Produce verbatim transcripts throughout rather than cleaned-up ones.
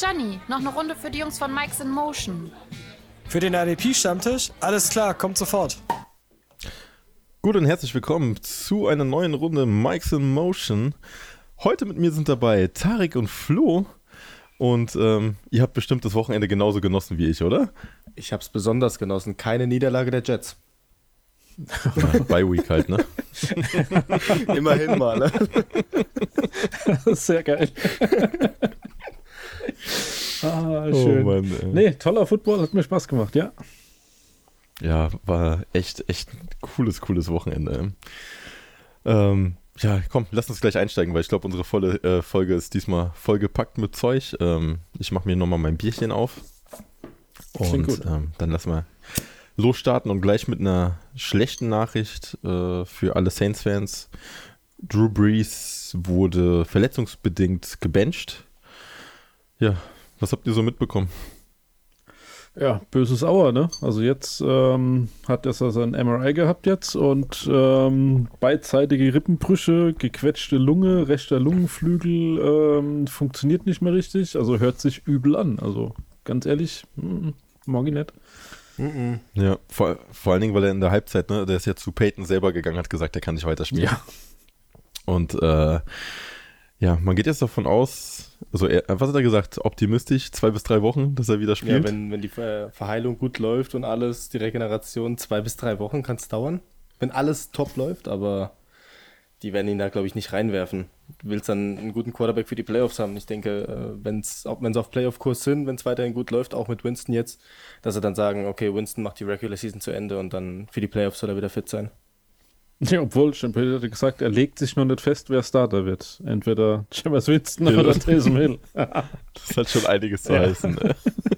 Gianni, noch eine Runde für die Jungs von Mike's in Motion. Für den R D P-Stammtisch? Alles klar, kommt sofort. Gut und herzlich willkommen zu einer neuen Runde Mike's in Motion. Heute mit mir sind dabei Tarek und Flo. Und ähm, ihr habt bestimmt das Wochenende genauso genossen wie ich, oder? Ich hab's besonders genossen. Keine Niederlage der Jets. Ja, Bye Week halt, ne? Immerhin mal, ne? Sehr geil. ah, schön. Oh Mann, ey. Nee, toller Football, hat mir Spaß gemacht, ja. Ja, war echt, echt ein cooles, cooles Wochenende. Ähm, ja, komm, lass uns gleich einsteigen, weil ich glaube, unsere volle äh, Folge ist diesmal vollgepackt mit Zeug. Ähm, ich mache mir nochmal mein Bierchen auf. Und gut. ähm, dann lassen wir losstarten und gleich mit einer schlechten Nachricht äh, für alle Saints-Fans. Drew Brees wurde verletzungsbedingt gebencht. Ja, was habt ihr so mitbekommen? Ja, böses Auer, ne? Also jetzt ähm, hat er sein M R I gehabt jetzt und ähm, beidseitige Rippenbrüche, gequetschte Lunge, rechter Lungenflügel ähm, funktioniert nicht mehr richtig, also hört sich übel an. Also ganz ehrlich, mm, mag ich nicht. Mm-mm. Ja, vor, vor allen Dingen, weil er in der Halbzeit, ne, der ist ja zu Peyton selber gegangen, hat gesagt, er kann nicht weiterspielen. Ja. Und äh, ja, man geht jetzt davon aus, also er, was hat er gesagt, optimistisch, zwei bis drei Wochen, dass er wieder spielt. Ja, wenn, wenn die Ver- Verheilung gut läuft und alles, die Regeneration, zwei bis drei Wochen kann es dauern. Wenn alles top läuft, aber die werden ihn da, glaube ich, nicht reinwerfen. Du willst dann einen guten Quarterback für die Playoffs haben. Ich denke, wenn es auf Playoff-Kurs sind, wenn es weiterhin gut läuft, auch mit Winston jetzt, dass sie dann sagen, okay, Winston macht die Regular Season zu Ende und dann für die Playoffs soll er wieder fit sein. Ja, obwohl, Sean Payton hat gesagt, er legt sich noch nicht fest, wer Starter wird. Entweder Jameis Winston Ja. oder Taysom Hill. Das hat schon einiges zu Ja. heißen. Ne?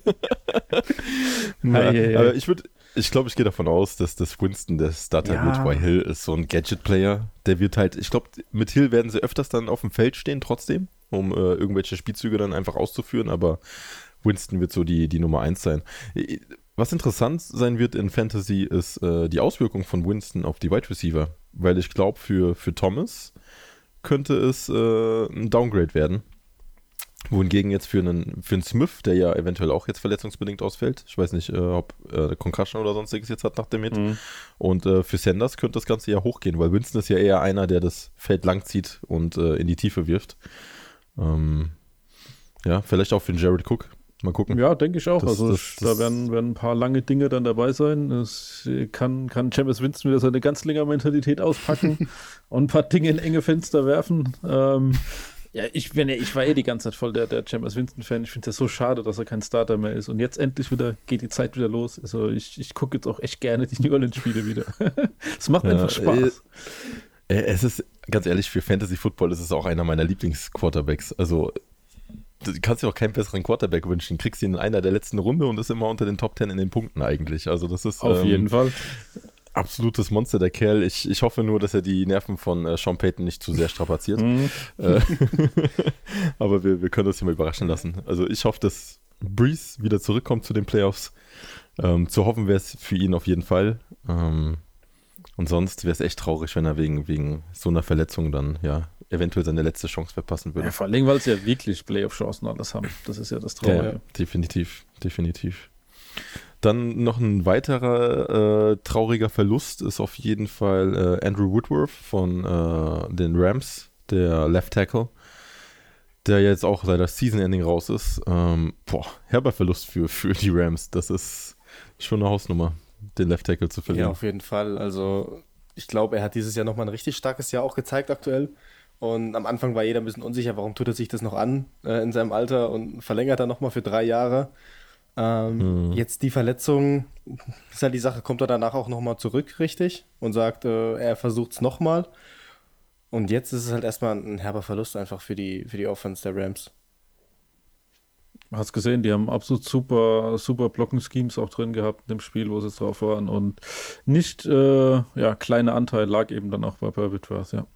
Ja, Ei, ei, ei. aber ich würde, ich glaube, ich gehe davon aus, dass das Winston der Starter Ja. wird, weil Hill ist so ein Gadget-Player. Der wird halt, ich glaube, mit Hill werden sie öfters dann auf dem Feld stehen trotzdem, um äh, irgendwelche Spielzüge dann einfach auszuführen, aber Winston wird so die, die Nummer eins sein. Was interessant sein wird in Fantasy ist äh, die Auswirkung von Winston auf die Wide Receiver, weil ich glaube, für, für Thomas könnte es äh, ein Downgrade werden. Wohingegen jetzt für einen, für einen Smith, der ja eventuell auch jetzt verletzungsbedingt ausfällt, ich weiß nicht, äh, ob äh, Concussion oder sonstiges jetzt hat nach dem Hit, Mhm. und äh, für Sanders könnte das Ganze ja hochgehen, weil Winston ist ja eher einer, der das Feld lang zieht und äh, in die Tiefe wirft. Ähm, ja, vielleicht auch für den Jared Cook. Mal gucken. Ja, denke ich auch. Das- also das- da das- werden, werden ein paar lange Dinge dann dabei sein. Es kann, kann Jameis Winston wieder seine Ganzlinger-Mentalität auspacken und ein paar Dinge in enge Fenster werfen. Ähm, ja, ich, bin, ja- ich war eh die ganze Zeit voll der, der Jameis Winston-Fan. Ich finde das so schade, dass er kein Starter mehr ist. Und jetzt endlich wieder geht die Zeit wieder los. Also ich, ich gucke jetzt auch echt gerne die New Orleans-Spiele wieder. Es macht Ja, einfach Spaß. Äh, Es ist, ganz ehrlich, für Fantasy Football ist es auch einer meiner Lieblings-Quarterbacks. Also, du kannst dir auch keinen besseren Quarterback wünschen. Kriegst ihn in einer der letzten Runde und ist immer unter den Top Ten in den Punkten eigentlich. Also, das ist Auf ähm, jeden Fall. absolutes Monster, der Kerl. Ich, ich hoffe nur, dass er die Nerven von äh, Sean Payton nicht zu sehr strapaziert. Mhm. Äh, Aber wir, wir können uns hier mal überraschen lassen. Also, ich hoffe, dass Brees wieder zurückkommt zu den Playoffs. Ähm, zu hoffen wäre es für ihn auf jeden Fall. Ähm, und sonst wäre es echt traurig, wenn er wegen, wegen so einer Verletzung dann ja eventuell seine letzte Chance verpassen würde. Ja, vor allem, weil sie ja wirklich Playoff-Chancen alles haben. Das ist ja das Ja, Traurige. ja, definitiv, definitiv. Dann noch ein weiterer äh, trauriger Verlust ist auf jeden Fall äh, Andrew Woodworth von äh, den Rams, der Left Tackle, der jetzt auch seit der Season-Ending raus ist. Ähm, boah, herber Verlust für, für die Rams. Das ist schon eine Hausnummer, den Left Tackle zu Ja, verlieren. auf jeden Fall. Also ich glaube, er hat dieses Jahr nochmal ein richtig starkes Jahr auch gezeigt aktuell. Und am Anfang war jeder ein bisschen unsicher, warum tut er sich das noch an äh, in seinem Alter und verlängert er nochmal für drei Jahre. Ähm, Mhm. Jetzt die Verletzung, ist halt die Sache, kommt er danach auch nochmal zurück, richtig? Und sagt, äh, er versucht es nochmal. Und jetzt ist es halt erstmal ein herber Verlust einfach für die, für die Offense der Rams. Hast gesehen, die haben absolut super, super Blocken-Schemes auch drin gehabt in dem Spiel, wo sie jetzt drauf waren. Und nicht, äh, ja, kleiner Anteil lag eben dann auch bei, bei Whitworth, ja.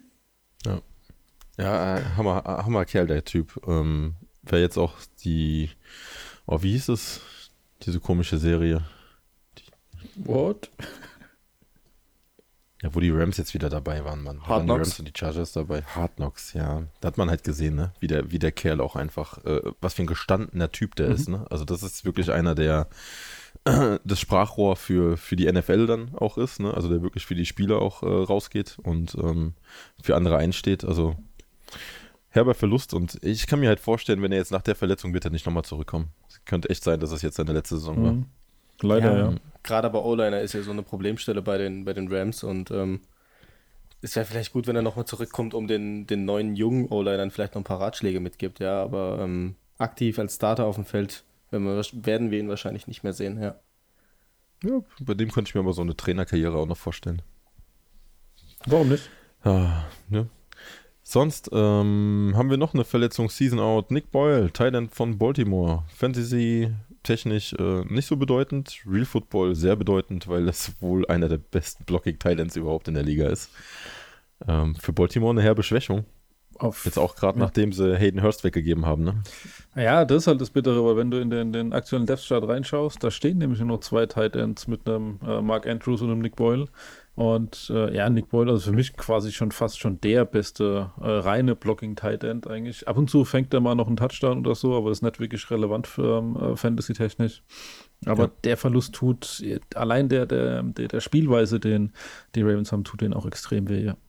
Ja, äh, Hammer, äh, Hammer Kerl, der Typ. Ähm, Wäre jetzt auch die, oh, wie hieß es? Diese komische Serie. What? Ja, wo die Rams jetzt wieder dabei waren, Mann. Da waren Hard die Knocks. Rams und die Chargers dabei. Hard Knocks, ja. Da hat man halt gesehen, ne? Wie der, wie der Kerl auch einfach, äh, was für ein gestandener Typ der Mhm. ist, ne? Also das ist wirklich einer, der äh, das Sprachrohr für, für die N F L dann auch ist, ne? Also der wirklich für die Spieler auch äh, rausgeht und ähm, für andere einsteht. Also herber Verlust und ich kann mir halt vorstellen, wenn er jetzt nach der Verletzung wird er nicht nochmal zurückkommen. Es könnte echt sein, dass es jetzt seine letzte Saison war. Mhm. Leider, ja. Gerade aber O-Liner ist ja so eine Problemstelle bei den, bei den Rams und ähm, es wäre vielleicht gut, wenn er nochmal zurückkommt, um den, den neuen jungen O-Linern vielleicht noch ein paar Ratschläge mitgibt, ja, aber ähm, aktiv als Starter auf dem Feld werden wir, werden wir ihn wahrscheinlich nicht mehr sehen, ja. Ja, bei dem könnte ich mir aber so eine Trainerkarriere auch noch vorstellen. Warum nicht? Ah, ne? Sonst ähm, haben wir noch eine Verletzung, Season Out. Nick Boyle, Tight End von Baltimore. Fantasy technisch äh, nicht so bedeutend. Real Football sehr bedeutend, weil es wohl einer der besten Blocking Tight Ends überhaupt in der Liga ist. Ähm, für Baltimore eine herbe Schwächung. Auf, Jetzt auch gerade ja. nachdem sie Hayden Hurst weggegeben haben, ne? Ja, das ist halt das Bittere, aber wenn du in den, den aktuellen Depth Chart reinschaust, da stehen nämlich nur noch zwei Tight Ends mit einem äh, Mark Andrews und einem Nick Boyle. Und äh, ja, Nick Boyle, also für mich quasi schon fast schon der beste äh, reine Blocking Tight End eigentlich. Ab und zu fängt er mal noch einen Touchdown oder so, aber das ist nicht wirklich relevant für ähm, äh, Fantasy-technisch. Aber Ja. der Verlust tut, äh, allein der, der, der, der Spielweise, den die Ravens haben, tut denen auch extrem weh, ja.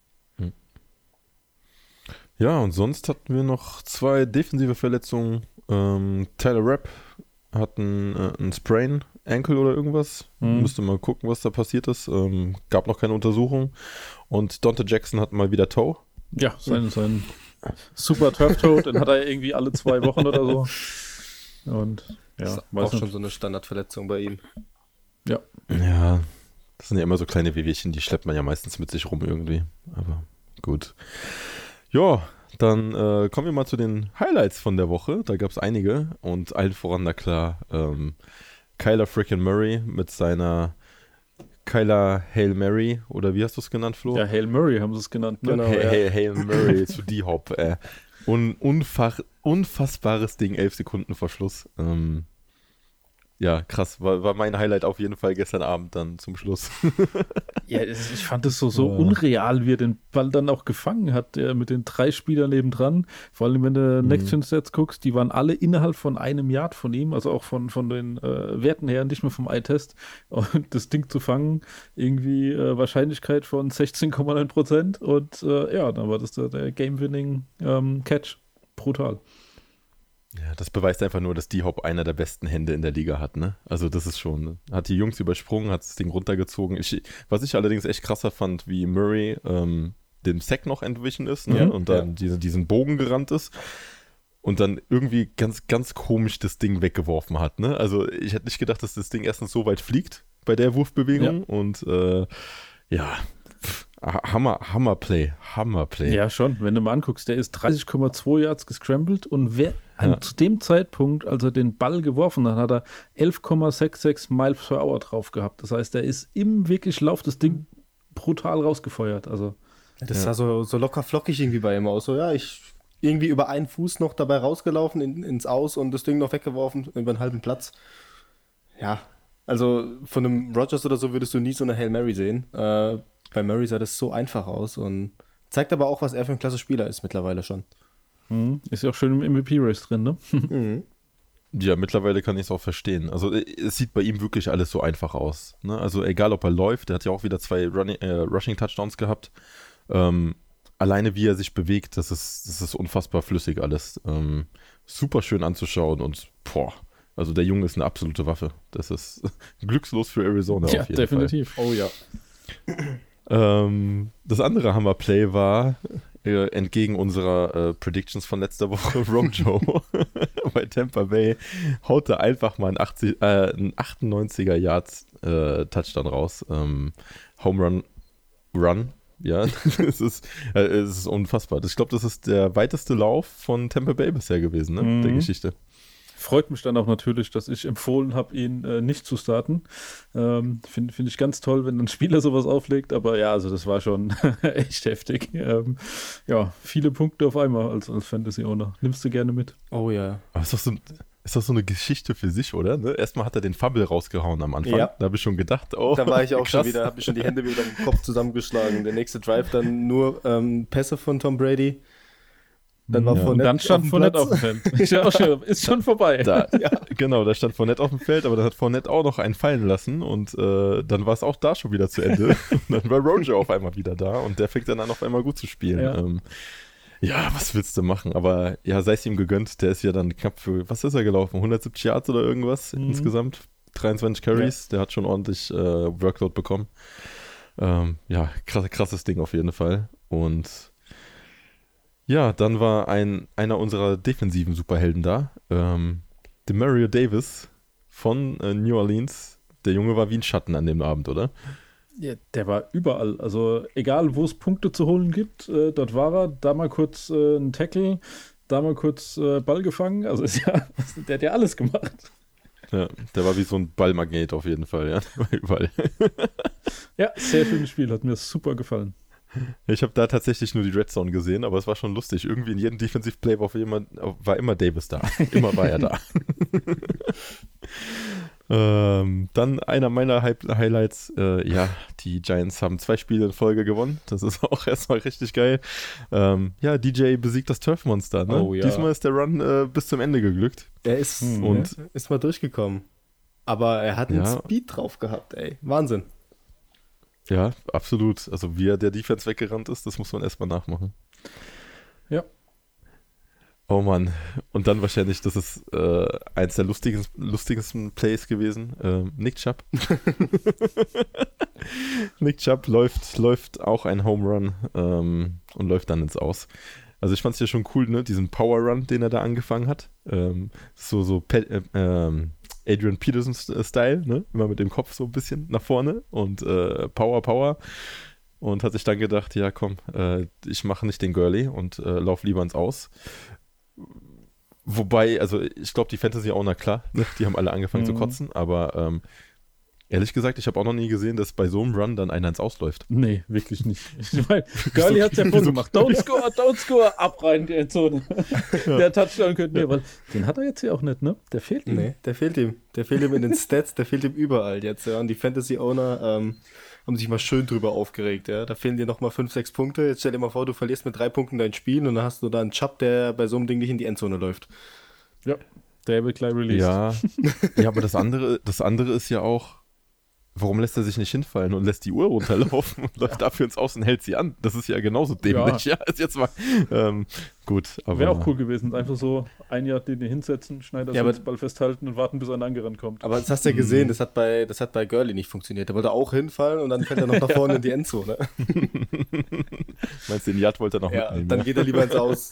Ja, und sonst hatten wir noch zwei defensive Verletzungen. Ähm, Tyler Rapp hat einen, äh, einen Sprain, Ankle oder irgendwas. Mhm. Müsste mal gucken, was da passiert ist. Ähm, gab noch keine Untersuchung. Und Dante Jackson hat mal wieder Toe. Ja, sein, sein super Turf-Toe, den hat er irgendwie alle zwei Wochen oder so. Und ja, Das ist weiß auch nicht. schon so eine Standardverletzung bei ihm. Ja, Ja, das sind ja immer so kleine Wehwehchen, die schleppt man ja meistens mit sich rum irgendwie. Aber gut. Ja, dann äh, kommen wir mal zu den Highlights von der Woche. Da gab es einige und allen voran, na klar, ähm, Kyler frickin' Murray mit seiner Kyler Hail Mary, oder wie hast du es genannt, Flo? ja, Hail Murray haben sie es genannt, ne? Genau. Hail, ja. Hail, Hail Murray zu D-Hop. Äh. Un, unfach, unfassbares Ding, elf Sekunden vor Schluss. Ähm, ja, krass. War, war mein Highlight auf jeden Fall gestern Abend dann zum Schluss. Ja, es- ich fand es so, so Ja. unreal, wie er den Ball dann auch gefangen hat, der mit den drei Spielern nebendran. Vor allem, wenn du Mhm. Next-Gen-Stats guckst, die waren alle innerhalb von einem Yard von ihm, also auch von, von den äh, Werten her, nicht mehr vom Eye-Test. Und das Ding zu fangen, irgendwie äh, Wahrscheinlichkeit von sechzehn Komma neun Prozent. Und äh, ja, dann war das der, der Game-Winning-Catch. Brutal. Ja, das beweist einfach nur, dass D-Hop einer der besten Hände in der Liga hat, ne? Also das ist schon, ne? Hat die Jungs übersprungen, hat das Ding runtergezogen. Ich, was ich allerdings echt krasser fand, wie Murray ähm, dem Sack noch entwichen ist, ne? Ja, Und dann diese, diesen Bogen gerannt ist und dann irgendwie ganz, ganz komisch das Ding weggeworfen hat, ne? Also ich hätte nicht gedacht, dass das Ding erstens so weit fliegt bei der Wurfbewegung und äh, ja, pff, Hammer, Hammerplay, Hammerplay. Ja, schon. Wenn du mal anguckst, der ist dreißig Komma zwei Yards gescrambled und wer, Ja. an, zu dem Zeitpunkt, als er den Ball geworfen hat, hat er elf Komma sechsundsechzig Miles per Hour drauf gehabt. Das heißt, er ist im wirklich Lauf das Ding brutal rausgefeuert. Also, Das Ja. sah so, so locker flockig irgendwie bei ihm aus. So, ja, ich irgendwie über einen Fuß noch dabei rausgelaufen in, ins Aus und das Ding noch weggeworfen über einen halben Platz. Ja, also von einem Rodgers oder so würdest du nie so eine Hail Mary sehen. Äh, bei Murray sah das so einfach aus und zeigt aber auch, was er für ein klasse Spieler ist mittlerweile schon. hm, ist ja auch schön im M V P-Race drin, ne? Mhm. Ja, mittlerweile kann ich es auch verstehen. Also äh, es sieht bei ihm wirklich alles so einfach aus. Ne? Also egal, ob er läuft, der hat ja auch wieder zwei Running, äh, Rushing-Touchdowns gehabt. Ähm, alleine wie er sich bewegt, das ist, das ist unfassbar flüssig alles. Ähm, super schön anzuschauen und boah, also der Junge ist eine absolute Waffe. Das ist glückslos für Arizona Ja, auf jeden definitiv. Oh ja. Fall. Ähm, das andere Hammerplay war äh, entgegen unserer äh, Predictions von letzter Woche Rojo bei Tampa Bay haut er einfach mal einen, achtzig, äh, einen achtundneunziger Yards äh, Touchdown raus. Ähm, Home Run Run. Ja, es ist, äh, es ist unfassbar. Ich glaube, das ist der weiteste Lauf von Tampa Bay bisher gewesen, ne? Mhm. Der Geschichte. Freut mich dann auch natürlich, dass ich empfohlen habe, ihn äh, nicht zu starten. Ähm, Finde find ich ganz toll, wenn ein Spieler sowas auflegt, aber ja, also das war schon echt heftig. Ähm, ja, viele Punkte auf einmal als, als Fantasy-Owner. Nimmst du gerne mit. Oh ja. Aber es ist doch so, ist das so eine Geschichte für sich, oder? Ne? Erstmal hat er den Fumble rausgehauen am Anfang. Ja. Da habe ich schon gedacht, oh, Da war ich auch krass. schon wieder, habe mir schon die Hände wieder im Kopf zusammengeschlagen. Der nächste Drive dann nur ähm, Pässe von Tom Brady. Dann war Ja. Und Fournette dann stand auf dem Fournette Platz. auf dem Feld. Ist ja auch schon, ist schon vorbei. Da, Genau, da stand Fournette auf dem Feld, aber dann hat Fournette auch noch einen fallen lassen und äh, dann war es auch da schon wieder zu Ende. Und dann war Rojo auf einmal wieder da und der fängt dann an, auf einmal gut zu spielen. Ja. Ähm, ja, was willst du machen? Aber ja, sei es ihm gegönnt, der ist ja dann knapp für, was ist er gelaufen? hundertsiebzig Yards oder irgendwas Mhm. insgesamt? dreiundzwanzig Carries, der hat schon ordentlich äh, Workload bekommen. Ähm, ja, krass, krasses Ding auf jeden Fall. Und ja, dann war ein, einer unserer defensiven Superhelden da, ähm, Demario Davis von äh, New Orleans. Der Junge war wie ein Schatten an dem Abend, oder? Ja, der war überall. Also egal, wo es Punkte zu holen gibt, äh, dort war er. Da mal kurz äh, ein Tackle, da mal kurz äh, Ball gefangen. Also ist ja, der hat ja alles gemacht. Ja, der war wie so ein Ballmagnet auf jeden Fall, ja. Der war überall. Ja, sehr schönes Spiel, hat mir super gefallen. Ich habe da tatsächlich nur die Red Zone gesehen, aber es war schon lustig. Irgendwie in jedem Defensive Play war, auf jemand, war immer Davis da. Immer war er da. ähm, dann einer meiner Hi- Highlights. Äh, ja, die Giants haben zwei Spiele in Folge gewonnen. Das ist auch erstmal richtig geil. Ähm, ja, D J besiegt das Turf-Monster. Ne? Oh, ja. Diesmal ist der Run äh, bis zum Ende geglückt. Er ist, Hm. Und- ja, ist mal durchgekommen. Aber er hat einen Ja. Speed drauf gehabt, ey. Wahnsinn. Ja, absolut. Also wie er der Defense weggerannt ist, das muss man erstmal nachmachen. Ja. Oh Mann. Und dann wahrscheinlich, das ist äh, eins der lustigen, lustigsten Plays gewesen. Ähm, Nick Chubb. Nick Chubb läuft, läuft auch ein Home Run ähm, und läuft dann ins Aus. Also ich fand es ja schon cool, ne? Diesen Power Run, den er da angefangen hat. Ähm, so so Pe äh, ähm, Adrian Peterson-Style, ne? Immer mit dem Kopf so ein bisschen nach vorne und äh, Power, Power. Und hat sich dann gedacht, ja komm, äh, ich mache nicht den Girly und äh, lauf lieber ins Aus. Wobei, also ich glaube, die Fantasy-Owner, klar, ne? Die haben alle angefangen zu Mhm. kotzen, aber ähm, ehrlich gesagt, ich habe auch noch nie gesehen, dass bei so einem Run dann einer ins Ausläuft. Nee, wirklich nicht. Ich meine, Gurley hat es ja wieso- vorgemacht. Don't score, don't score, ab rein in die Endzone. Der Touchdown könnte, nee, weil den hat er jetzt hier auch nicht, ne? Der fehlt ihm. Nee, der fehlt ihm. Der fehlt ihm in den Stats, der fehlt ihm überall jetzt, ja. Und die Fantasy-Owner ähm, haben sich mal schön drüber aufgeregt, ja. Da fehlen dir nochmal fünf, sechs Punkte. Jetzt stell dir mal vor, du verlierst mit drei Punkten dein Spiel und dann hast du da einen Chubb, der bei so einem Ding nicht in die Endzone läuft. Ja, der wird gleich released. Ja, ja, aber das andere, das andere ist ja auch, warum lässt er sich nicht hinfallen und lässt die Uhr runterlaufen und läuft dafür ins Aus und hält sie an? Das ist ja genauso dämlich. Ja, ist jetzt mal ähm, gut. Aber Wäre auch cool gewesen. Einfach so ein Jahr den hinsetzen, Schneider Ja, ja, aber- Ball festhalten und warten, bis ein angerannt kommt. Aber das hast du ja gesehen, das hat bei, das hat bei Gurley nicht funktioniert. Der wollte auch hinfallen und dann fällt er noch nach vorne in die Endzone. Meinst du, den Yard wollte er noch Ja, mitnehmen? dann geht er lieber ins Aus.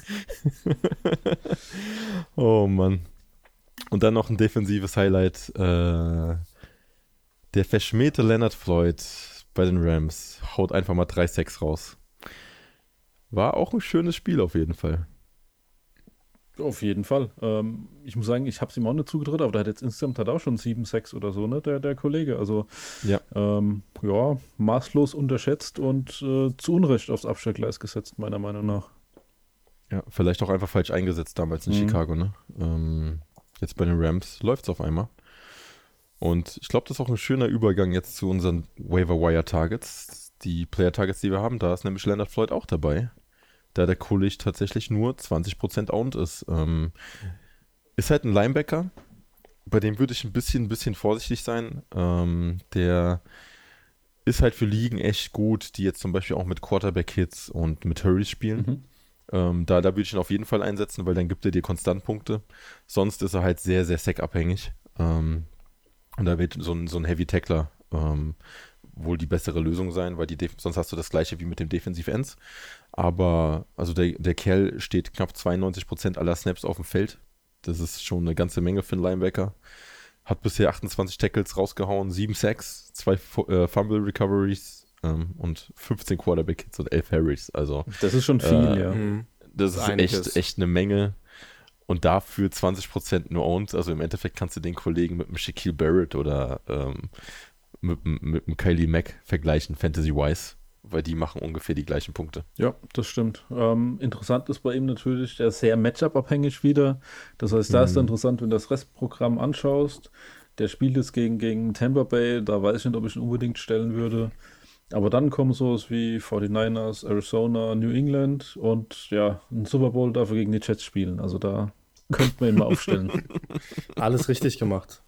Oh Mann. Und dann noch ein defensives Highlight. Äh, der verschmähte Leonard Floyd bei den Rams haut einfach mal drei Sacks raus. War auch ein schönes Spiel auf jeden Fall. Auf jeden Fall. Ähm, ich muss sagen, ich habe es ihm auch nicht zugetraut, aber der hat jetzt insgesamt hat auch schon sieben, sechs oder so, ne, der, der Kollege. Also, Ja. ähm, ja, maßlos unterschätzt und äh, zu Unrecht aufs Abstellgleis gesetzt, meiner Meinung nach. Ja, vielleicht auch einfach falsch eingesetzt damals in Mhm. Chicago, ne? Ähm, jetzt bei den Rams läuft es auf einmal. Und ich glaube, das ist auch ein schöner Übergang jetzt zu unseren Waiver-Wire-Targets. Die Player-Targets, die wir haben, da ist nämlich Leonard Floyd auch dabei. Da der Kollege tatsächlich nur zwanzig Prozent owned ist. Ähm, ist halt ein Linebacker, bei dem würde ich ein bisschen, ein bisschen vorsichtig sein. Ähm, der ist halt für Ligen echt gut, die jetzt zum Beispiel auch mit Quarterback-Hits und mit Hurries spielen. Mhm. Ähm, da, da würde ich ihn auf jeden Fall einsetzen, weil dann gibt er dir konstant Punkte. Sonst ist er halt sehr, sehr sack-abhängig. Ähm, und da wird so ein, so ein Heavy-Tackler ähm, wohl die bessere Lösung sein, weil die Def- sonst hast du das gleiche wie mit dem Defensive Ends. Aber also der, der Kerl steht knapp zweiundneunzig Prozent aller Snaps auf dem Feld. Das ist schon eine ganze Menge für einen Linebacker. Hat bisher achtundzwanzig Tackles rausgehauen, sieben Sacks, zwei Fu- äh, Fumble Recoveries ähm, und fünfzehn Quarterback-Hits und elf Harries. Also Das ist schon viel, Äh, ja. Mhm. das ist Einiges. echt, echt eine Menge. Und dafür zwanzig Prozent nur owned. Also im Endeffekt kannst du den Kollegen mit dem Shaquille Barrett oder ähm, mit, dem- mit dem Kylie Mack vergleichen, Fantasy-wise. weil die machen ungefähr die gleichen Punkte. Ja, das stimmt. Ähm, interessant ist bei ihm natürlich, der ist sehr Matchup-abhängig wieder. Das heißt, da Mhm. ist es interessant, wenn du das Restprogramm anschaust. Der spielt jetzt gegen, gegen Tampa Bay, da weiß ich nicht, ob ich ihn unbedingt stellen würde. Aber dann kommen sowas wie forty-niners, Arizona, New England und ja, ein Super Bowl darf er gegen die Jets spielen. Also da könnte man ihn mal aufstellen. Alles richtig gemacht.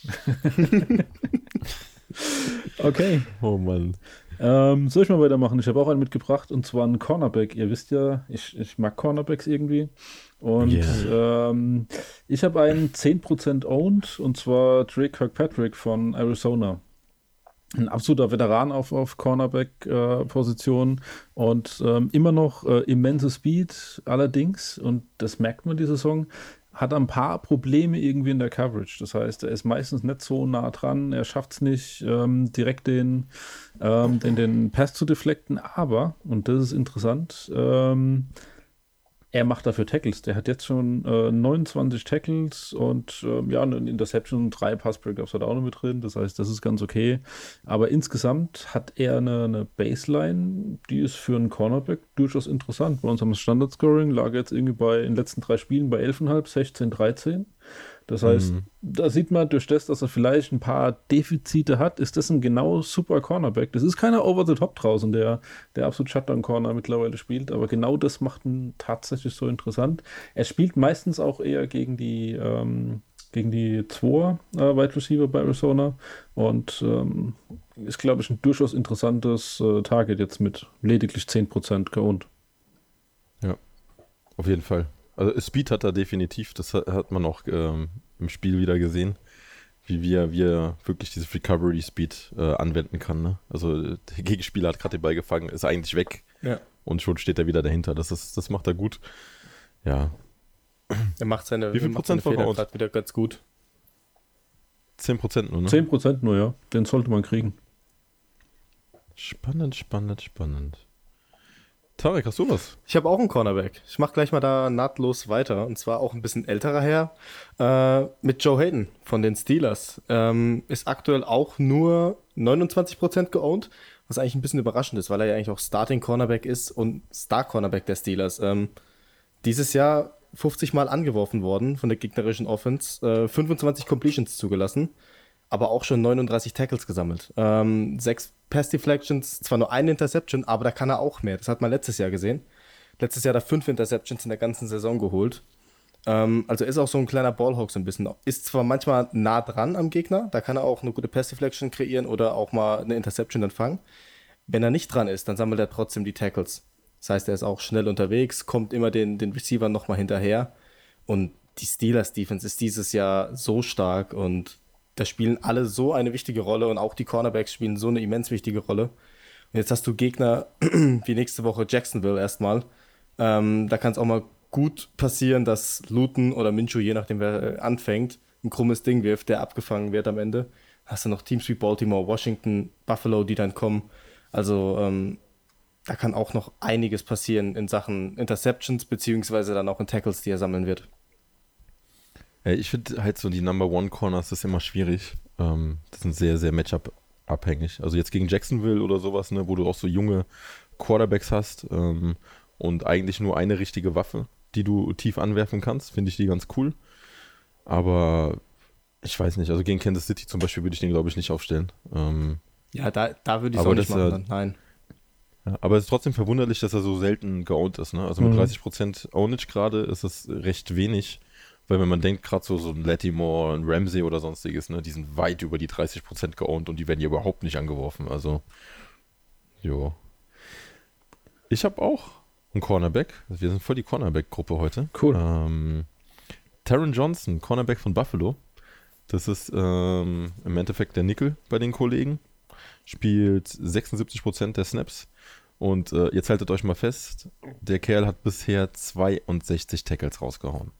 Okay. Oh Mann. Ähm, soll ich mal weitermachen? Ich habe auch einen mitgebracht und zwar einen Cornerback. Ihr wisst ja, ich, ich mag Cornerbacks irgendwie. Und Yeah. ähm, ich habe einen zehn Prozent owned und zwar Drake Kirkpatrick von Arizona. Ein absoluter Veteran auf, auf Cornerback-Position und ähm, immer noch äh, immense Speed allerdings, und das merkt man die Saison, hat ein paar Probleme irgendwie in der Coverage. Das heißt, er ist meistens nicht so nah dran, er schafft es nicht, ähm, direkt den, ähm, den, den Pass zu deflecten, aber, und das ist interessant, ähm, er macht dafür Tackles. Der hat jetzt schon äh, neunundzwanzig Tackles und ähm, ja, eine Interception, drei Pass-Breakups hat er auch noch mit drin. Das heißt, das ist ganz okay. Aber insgesamt hat er eine, eine Baseline, die ist für einen Cornerback durchaus interessant. Bei uns am Standard-Scoring lag er jetzt irgendwie bei in den letzten drei Spielen bei elf Komma fünf, sechzehn, dreizehn. Das heißt, Mhm. da sieht man durch das, dass er vielleicht ein paar Defizite hat, ist das ein genau super Cornerback. Das ist keiner over the top draußen, der, der absolut Shutdown-Corner mittlerweile spielt, aber genau das macht ihn tatsächlich so interessant. Er spielt meistens auch eher gegen die, ähm, gegen die zwei äh, Wide Receiver bei Arizona und ähm, ist, glaube ich, ein durchaus interessantes äh, Target jetzt mit lediglich zehn Prozent geowned. Auf jeden Fall. Also Speed hat er definitiv, das hat, hat man auch ähm, im Spiel wieder gesehen, wie wir, wie er wirklich diese Recovery Speed äh, anwenden kann. Ne? Also der Gegenspieler hat gerade den Ball gefangen, ist eigentlich weg Ja. und schon steht er wieder dahinter. Das, ist, das macht er gut. Ja, Er macht seine, Wie viel macht seine Prozent Fehler verhaut? gerade wieder ganz gut. zehn Prozent nur, ne? zehn Prozent nur, ja. Den sollte man kriegen. Spannend, spannend, spannend. Tarek, hast du was? Ich habe auch einen Cornerback. Ich mache gleich mal da nahtlos weiter. Und zwar auch ein bisschen älterer Herr. Äh, mit Joe Hayden von den Steelers. Ähm, ist aktuell auch nur neunundzwanzig Prozent geowned. Was eigentlich ein bisschen überraschend ist, weil er ja eigentlich auch Starting Cornerback ist und Star Cornerback der Steelers. Ähm, dieses Jahr fünfzig Mal angeworfen worden von der gegnerischen Offense. Äh, fünfundzwanzig Completions zugelassen. Aber auch schon neununddreißig Tackles gesammelt. Ähm, sechs Pass Deflections, zwar nur eine Interception, aber da kann er auch mehr. Das hat man letztes Jahr gesehen. Letztes Jahr hat er fünf Interceptions in der ganzen Saison geholt. Ähm, also ist auch so ein kleiner Ballhawk so ein bisschen. Ist zwar manchmal nah dran am Gegner, da kann er auch eine gute Pass Deflection kreieren oder auch mal eine Interception dann fangen. Wenn er nicht dran ist, dann sammelt er trotzdem die Tackles. Das heißt, er ist auch schnell unterwegs, kommt immer den, den Receiver nochmal hinterher. Und die Steelers Defense ist dieses Jahr so stark und da spielen alle so eine wichtige Rolle und auch die Cornerbacks spielen so eine immens wichtige Rolle. Und jetzt hast du Gegner wie nächste Woche Jacksonville erstmal. Ähm, da kann es auch mal gut passieren, dass Luton oder Minshew, je nachdem wer anfängt, ein krummes Ding wirft, der abgefangen wird am Ende. Hast du noch Teams wie Baltimore, Washington, Buffalo, die dann kommen. Also ähm, da kann auch noch einiges passieren in Sachen Interceptions, beziehungsweise dann auch in Tackles, die er sammeln wird. Ja, ich finde halt so die Number One Corners ist immer schwierig. Ähm, das sind sehr, sehr Matchup-abhängig. Also jetzt gegen Jacksonville oder sowas, ne, wo du auch so junge Quarterbacks hast ähm, und eigentlich nur eine richtige Waffe, die du tief anwerfen kannst, finde ich die ganz cool. Aber ich weiß nicht, also gegen Kansas City zum Beispiel würde ich den, glaube ich, nicht aufstellen. Ähm, Ja, da, da würde ich es Aber auch nicht das, machen. äh, Dann. Nein. ja, aber es ist trotzdem verwunderlich, dass er so selten geowned ist. Ne? Also mit Mhm. dreißig Prozent Ownage gerade ist es recht wenig. Weil wenn man denkt, gerade so, so ein Lattimore, ein Ramsey oder sonstiges, ne, die sind weit über die dreißig Prozent geowned und die werden hier überhaupt nicht angeworfen. Also, jo. Ich habe auch einen Cornerback. Wir sind voll die Cornerback-Gruppe heute. Cool. Ähm, Taron Johnson, Cornerback von Buffalo. Das ist ähm, im Endeffekt der Nickel bei den Kollegen. Spielt sechsundsiebzig Prozent der Snaps. Und äh, jetzt haltet euch mal fest, der Kerl hat bisher zweiundsechzig Tackles rausgehauen.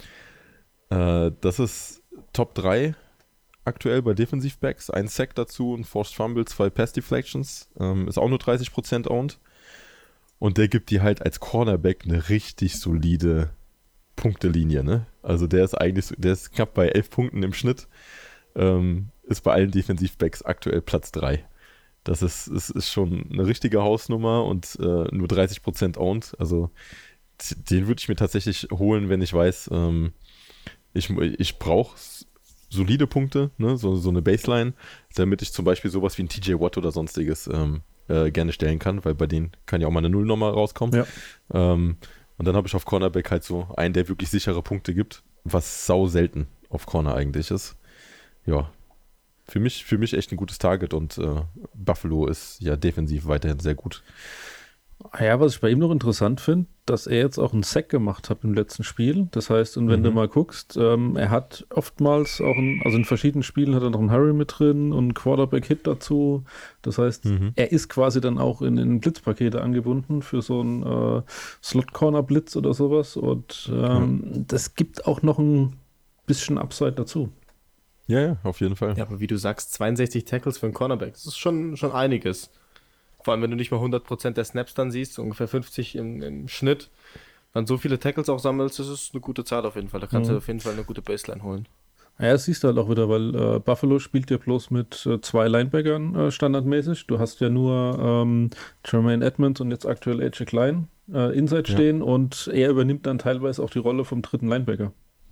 Äh, das ist Top drei aktuell bei Defensivbacks. Ein Sack dazu, ein Forced Fumble, zwei Pass Deflections. Ähm, ist auch nur dreißig Prozent owned. Und der gibt dir halt als Cornerback eine richtig solide Punktelinie, ne? Also der ist eigentlich, so- der ist knapp bei elf Punkten im Schnitt. Ähm, ist bei allen Defensivbacks aktuell Platz drei. Das ist, ist, ist schon eine richtige Hausnummer und äh, nur dreißig Prozent owned. Also den würde ich mir tatsächlich holen, wenn ich weiß, ähm, ich, ich brauche solide Punkte, ne? so, so eine Baseline, damit ich zum Beispiel sowas wie ein T J Watt oder sonstiges ähm, äh, gerne stellen kann, weil bei denen kann ja auch mal eine Nullnummer rauskommen. Ja. Ähm, und dann habe ich auf Cornerback halt so einen, der wirklich sichere Punkte gibt, was sau selten auf Corner eigentlich ist. Ja, für mich, für mich echt ein gutes Target und äh, Buffalo ist ja defensiv weiterhin sehr gut. Ja, was ich bei ihm noch interessant finde, dass er jetzt auch einen Sack gemacht hat im letzten Spiel. Das heißt, und wenn Mhm. du mal guckst, ähm, er hat oftmals auch, ein, also in verschiedenen Spielen hat er noch einen Hurry mit drin und einen Quarterback-Hit dazu. Das heißt, Mhm. er ist quasi dann auch in, in Blitzpakete angebunden für so einen äh, Slot-Corner-Blitz oder sowas. Und ähm, das gibt auch noch ein bisschen Upside dazu. Ja, ja, auf jeden Fall. Ja, aber wie du sagst, zweiundsechzig Tackles für einen Cornerback, das ist schon, schon einiges. Vor allem, wenn du nicht mal hundert Prozent der Snaps dann siehst, ungefähr fünfzig im, im Schnitt, dann so viele Tackles auch sammelst, das ist eine gute Zahl auf jeden Fall. Da kannst Mhm. du auf jeden Fall eine gute Baseline holen. Ja, das siehst du halt auch wieder, weil äh, Buffalo spielt ja bloß mit äh, zwei Linebackern äh, standardmäßig. Du hast ja nur ähm, Jermaine Edmonds und jetzt aktuell A J Klein äh, Inside Ja. stehen und er übernimmt dann teilweise auch die Rolle vom dritten Linebacker.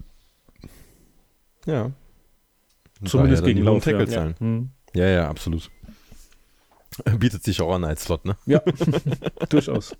Ja. Und Zumindest daher dann gegen die hohen Lauf. Tackle-Zahlen. Ja. Mhm. Ja, ja, absolut. Bietet sich auch an als Slot, ne? Ja, durchaus.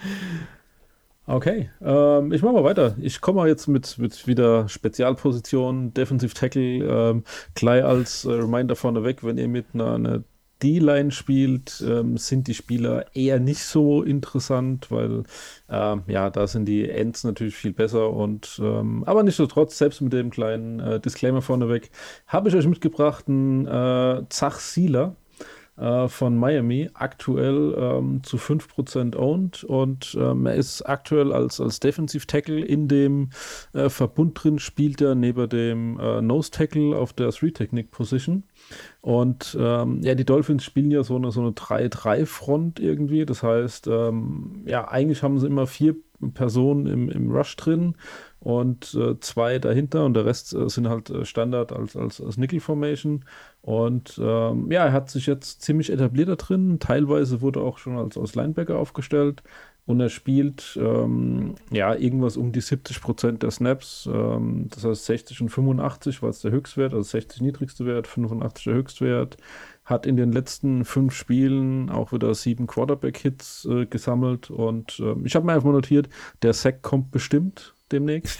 Okay, ähm, ich mache mal weiter. Ich komme mal jetzt mit, mit wieder Spezialpositionen, Defensive Tackle, ähm, gleich als äh, Reminder vorneweg, wenn ihr mit einer, einer D-Line spielt, ähm, sind die Spieler eher nicht so interessant, weil ähm, ja, da sind die Ends natürlich viel besser und ähm, aber nichtsdestotrotz, selbst mit dem kleinen äh, Disclaimer vorneweg, habe ich euch mitgebracht einen äh, Zach Sieler äh, von Miami, aktuell ähm, zu fünf Prozent owned und ähm, er ist aktuell als, als Defensive Tackle in dem äh, Verbund drin, spielt er neben dem äh, Nose Tackle auf der Three-Technique-Position. Und ähm, ja, die Dolphins spielen ja so eine, so eine drei drei Front irgendwie. Das heißt, ähm, ja, eigentlich haben sie immer vier Personen im, im Rush drin und äh, zwei dahinter und der Rest äh, sind halt äh, Standard als, als, als Nickel-Formation. Und ähm, ja, er hat sich jetzt ziemlich etabliert da drin. Teilweise wurde er auch schon als, als Linebacker aufgestellt. Und er spielt ähm, ja irgendwas um die siebzig Prozent der Snaps, ähm, das heißt sechzig und fünfundachtzig war es der Höchstwert, also sechzig niedrigste Wert, fünfundachtzig der Höchstwert. Hat in den letzten fünf Spielen auch wieder sieben Quarterback-Hits äh, gesammelt und ähm, ich habe mir einfach mal notiert, der Sack kommt bestimmt demnächst.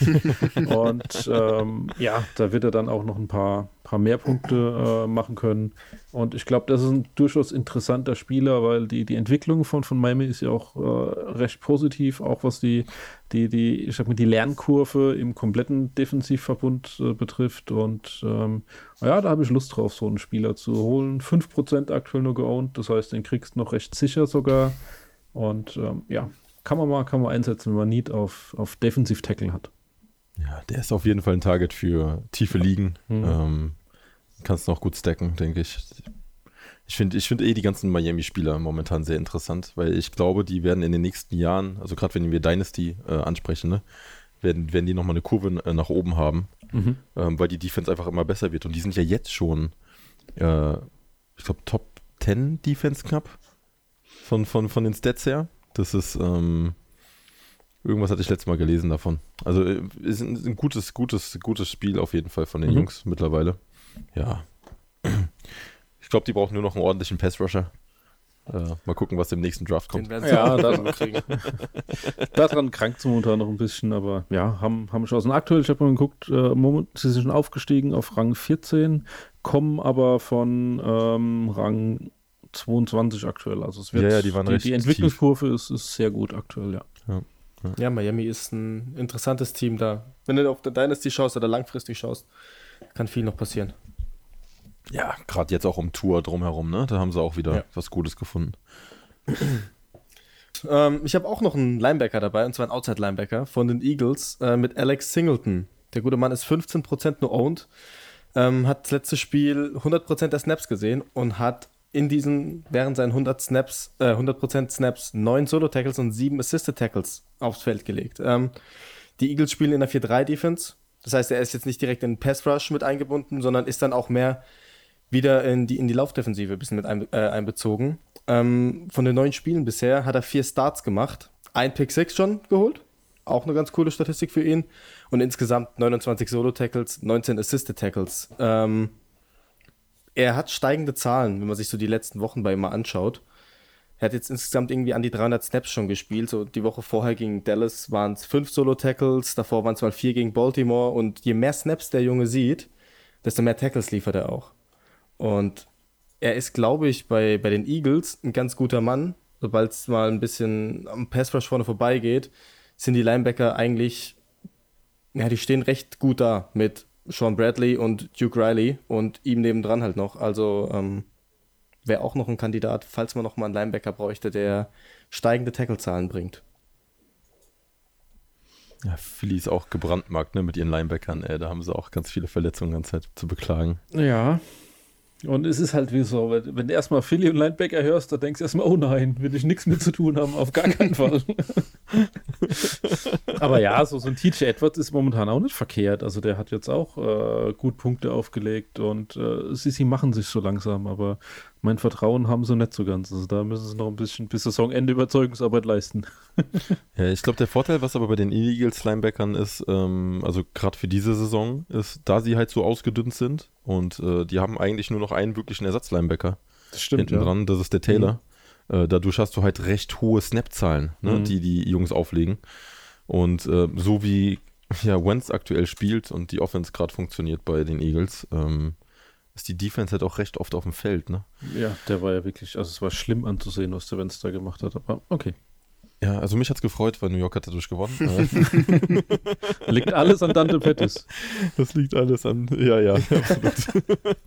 Und ähm, ja, da wird er dann auch noch ein paar, paar mehr Punkte äh, machen können. Und ich glaube, das ist ein durchaus interessanter Spieler, weil die, die Entwicklung von, von Miami ist ja auch äh, recht positiv, auch was die, die, die, ich sag mal, die Lernkurve im kompletten Defensivverbund äh, betrifft. Und ähm, ja, da habe ich Lust drauf, so einen Spieler zu holen. fünf Prozent aktuell nur geowned, das heißt, den kriegst du noch recht sicher sogar. Und ähm, ja, kann man mal, kann man einsetzen, wenn man Need auf, auf Defensive-Tackle hat. Ja, der ist auf jeden Fall ein Target für tiefe Ligen. Mhm. Ähm, kannst noch gut stacken, denke ich. Ich finde ich find eh die ganzen Miami-Spieler momentan sehr interessant, weil ich glaube, die werden in den nächsten Jahren, also gerade wenn wir Dynasty äh, ansprechen, ne, werden, werden die nochmal eine Kurve äh, nach oben haben, Mhm. ähm, weil die Defense einfach immer besser wird. Und die sind ja jetzt schon, äh, ich glaube, Top zehn Defense knapp von, von, von den Stats her. Das ist, ähm, irgendwas hatte ich letztes Mal gelesen davon. Also äh, ist ein, ein gutes, gutes, gutes Spiel auf jeden Fall von den Mhm. Jungs mittlerweile. Ja. Ich glaube, die brauchen nur noch einen ordentlichen Pass-Rusher. Äh, mal gucken, was im nächsten Draft kommt. Den werden sie Ja, auch das- noch kriegen. Daran krankt es momentan noch ein bisschen, aber ja, haben, haben Chancen. Aktuell, ich habe mal geguckt, äh, moment, sie sind schon aufgestiegen auf Rang vierzehn, kommen aber von ähm, Rang zweiundzwanzig aktuell. Also es wird, Ja, ja, die waren die, recht die Entwicklungskurve ist, ist sehr gut aktuell, ja. Ja, Miami ist ein interessantes Team da. Wenn du auf der Dynasty schaust oder langfristig schaust, kann viel noch passieren. Ja, gerade jetzt auch um Tour drumherum, ne? Da haben sie auch wieder Ja. was Gutes gefunden. Ähm, ich habe auch noch einen Linebacker dabei, und zwar einen Outside-Linebacker von den Eagles äh, mit Alex Singleton. Der gute Mann ist fünfzehn Prozent nur owned, ähm, hat das letzte Spiel hundert Prozent der Snaps gesehen und hat in diesen, während seinen hundert Snaps, äh, hundert Prozent Snaps neun Solo-Tackles und sieben Assisted-Tackles aufs Feld gelegt. Ähm, die Eagles spielen in der vier drei Defense, das heißt, er ist jetzt nicht direkt in den Pass-Rush mit eingebunden, sondern ist dann auch mehr wieder in die, in die Laufdefensive ein bisschen mit ein, äh, einbezogen. Ähm, von den neun Spielen bisher hat er vier Starts gemacht, ein Pick sechs schon geholt, auch eine ganz coole Statistik für ihn, und insgesamt neunundzwanzig Solo-Tackles, neunzehn Assisted-Tackles. Ähm, er hat steigende Zahlen, wenn man sich so die letzten Wochen bei ihm mal anschaut. Er hat jetzt insgesamt irgendwie an die dreihundert Snaps schon gespielt. So die Woche vorher gegen Dallas waren es fünf Solo-Tackles, davor waren es mal vier gegen Baltimore. Und je mehr Snaps der Junge sieht, desto mehr Tackles liefert er auch. Und er ist, glaube ich, bei, bei den Eagles ein ganz guter Mann. Sobald es mal ein bisschen am Pass-Rush vorne vorbeigeht, sind die Linebacker eigentlich, ja, die stehen recht gut da mit Sean Bradley und Duke Riley und ihm nebendran halt noch. Also ähm, wäre auch noch ein Kandidat, falls man noch mal einen Linebacker bräuchte, der steigende Tackle-Zahlen bringt. Ja, Philly ist auch gebrandmarkt, ne, mit ihren Linebackern. Ey, da haben sie auch ganz viele Verletzungen ganze Zeit zu beklagen. Ja. Und es ist halt wie so, wenn du erstmal Philly und Linebacker hörst, da denkst du erstmal, oh nein, will ich nichts mit zu tun haben, auf gar keinen Fall. Aber ja, so, so ein T J Edwards ist momentan auch nicht verkehrt. Also der hat jetzt auch äh, gut Punkte aufgelegt und äh, sie, sie machen sich so langsam, aber mein Vertrauen haben sie nicht so ganz. Also da müssen sie noch ein bisschen bis Saisonende Überzeugungsarbeit leisten. Ja, ich glaube, der Vorteil, was aber bei den Eagles Linebackern ist, ähm, also gerade für diese Saison, ist, da sie halt so ausgedünnt sind und äh, die haben eigentlich nur noch einen wirklichen Ersatzlinebacker Das stimmt, hinten ja. dran, das ist der Taylor. Mhm. Äh, dadurch hast du halt recht hohe Snap-Zahlen, ne, Mhm. die die Jungs auflegen. Und äh, so wie ja, Wentz aktuell spielt und die Offense gerade funktioniert bei den Eagles, ähm, ist die Defense halt auch recht oft auf dem Feld, ne? Ja, der war ja wirklich, also es war schlimm anzusehen, was der Wenz da gemacht hat, aber okay. Ja, also mich hat's gefreut, weil New York hat dadurch gewonnen. Liegt alles an Dante Pettis. Das liegt alles an, ja, ja, absolut.